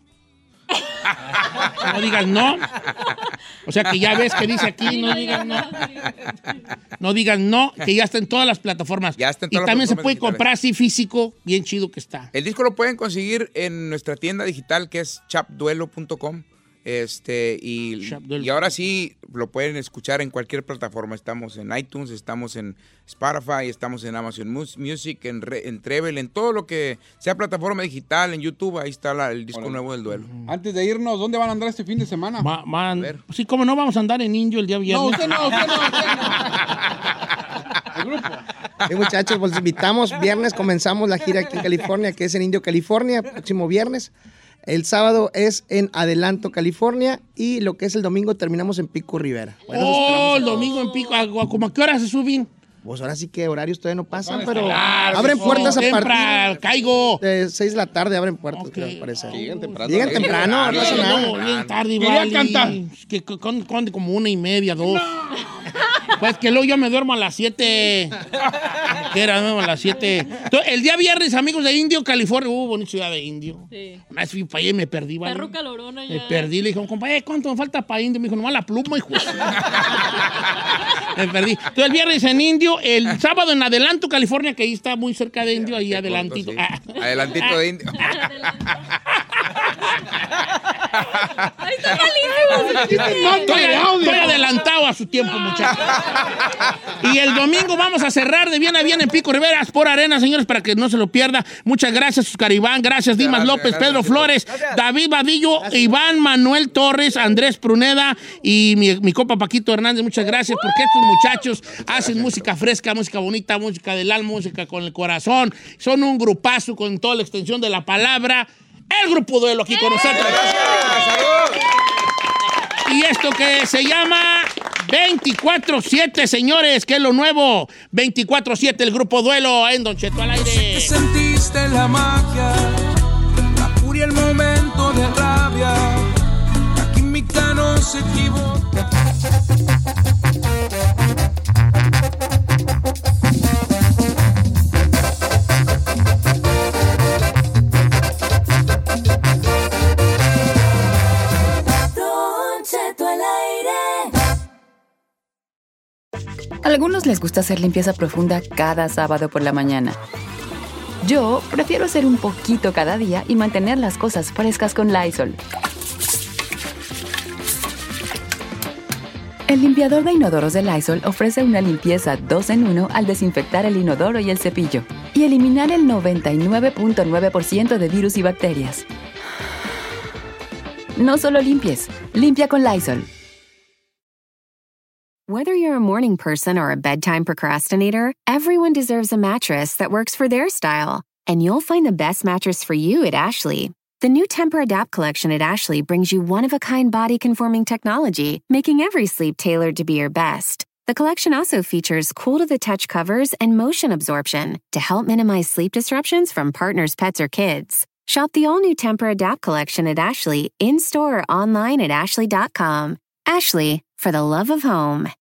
No digas no. O sea que ya ves que dice aquí, no digas no. No digas no, que ya está en todas las plataformas. Ya está en todas y también las se puede digitales. comprar así físico, bien chido que está. El disco lo pueden conseguir en nuestra tienda digital que es chapduelo punto com. Este, y, y ahora sí lo pueden escuchar en cualquier plataforma. Estamos en iTunes, estamos en Spotify, estamos en Amazon Music, en, Re, en Treble, en todo lo que sea plataforma digital, en YouTube. Ahí está la, el disco Hola. nuevo del Duelo. Antes de irnos, ¿dónde van a andar este fin de semana? Va, van, sí, como no, vamos a andar en Indio el día viernes. No, usted no, usted no, usted no. grupo. Sí, muchachos, pues los invitamos. Viernes comenzamos la gira aquí en California, que es en Indio, California, próximo viernes. El sábado es en Adelanto, California, y lo que es el domingo terminamos en Pico Rivera. Bueno, oh, el domingo en Pico. ¿A, ¿Cómo a qué hora se suben? Pues ahora sí que horarios todavía no pasan, pero Claro, abren no, puertas a temprano, partir caigo. de seis de la tarde, abren puertas, creo, al parecer. Llegan temprano. Llegan temprano, no pasa nada. Bien tarde, Quería igual. cantar. Que con, con- como una y media, dos. Pues que luego yo me duermo a las siete. Que era, no, a las siete. Entonces, el día viernes, amigos de Indio, California. Uh, bonita ciudad de Indio. Sí. Una vez fui para allá y me perdí, ¿vale? Perro calorona ya. Me perdí. Le dije, compadre, ¿cuánto me falta para Indio? Me dijo, nomás la pluma, hijo. Me perdí. Entonces, el viernes en Indio, el sábado en Adelanto, California, que ahí está muy cerca de Indio, ahí adelantito. Sí. Ah. Adelantito de Indio. Ahí está malísimo. No, estoy, estoy adelantado a su tiempo, muchachos. Y el domingo vamos a cerrar de bien a bien en Pico Rivera, por Arena, señores, para que no se lo pierda. Muchas gracias, Oscar Iván. Gracias, Dimas Gracias, López, gracias, Pedro chicos. Flores, David Vadillo, Iván Manuel Torres, Andrés Pruneda y mi, mi copa Paquito Hernández. Muchas gracias, porque estos muchachos hacen música fresca, música bonita, música del alma, música con el corazón. Son un grupazo con toda la extensión de la palabra. El Grupo Duelo aquí con nosotros. Y esto que se llama veinticuatro siete, señores, que es lo nuevo. veinticuatro siete, el Grupo Duelo en Don Cheto al aire. Sentiste la magia, la furia, el momento de rabia. La química no se equivoca. Don Cheto al aire. A algunos les gusta hacer limpieza profunda cada sábado por la mañana. Yo prefiero hacer un poquito cada día y mantener las cosas frescas con Lysol. El limpiador de inodoros de Lysol ofrece una limpieza dos en uno al desinfectar el inodoro y el cepillo y eliminar el noventa y nueve punto nueve por ciento de virus y bacterias. No solo limpies, limpia con Lysol. Whether you're a morning person or a bedtime procrastinator, everyone deserves a mattress that works for their style. And you'll find the best mattress for you at Ashley. The new Temper-Adapt collection at Ashley brings you one-of-a-kind body-conforming technology, making every sleep tailored to be your best. The collection also features cool-to-the-touch covers and motion absorption to help minimize sleep disruptions from partners, pets, or kids. Shop the all-new Temper-Adapt collection at Ashley, in-store or online at ashley dot com. Ashley, for the love of home.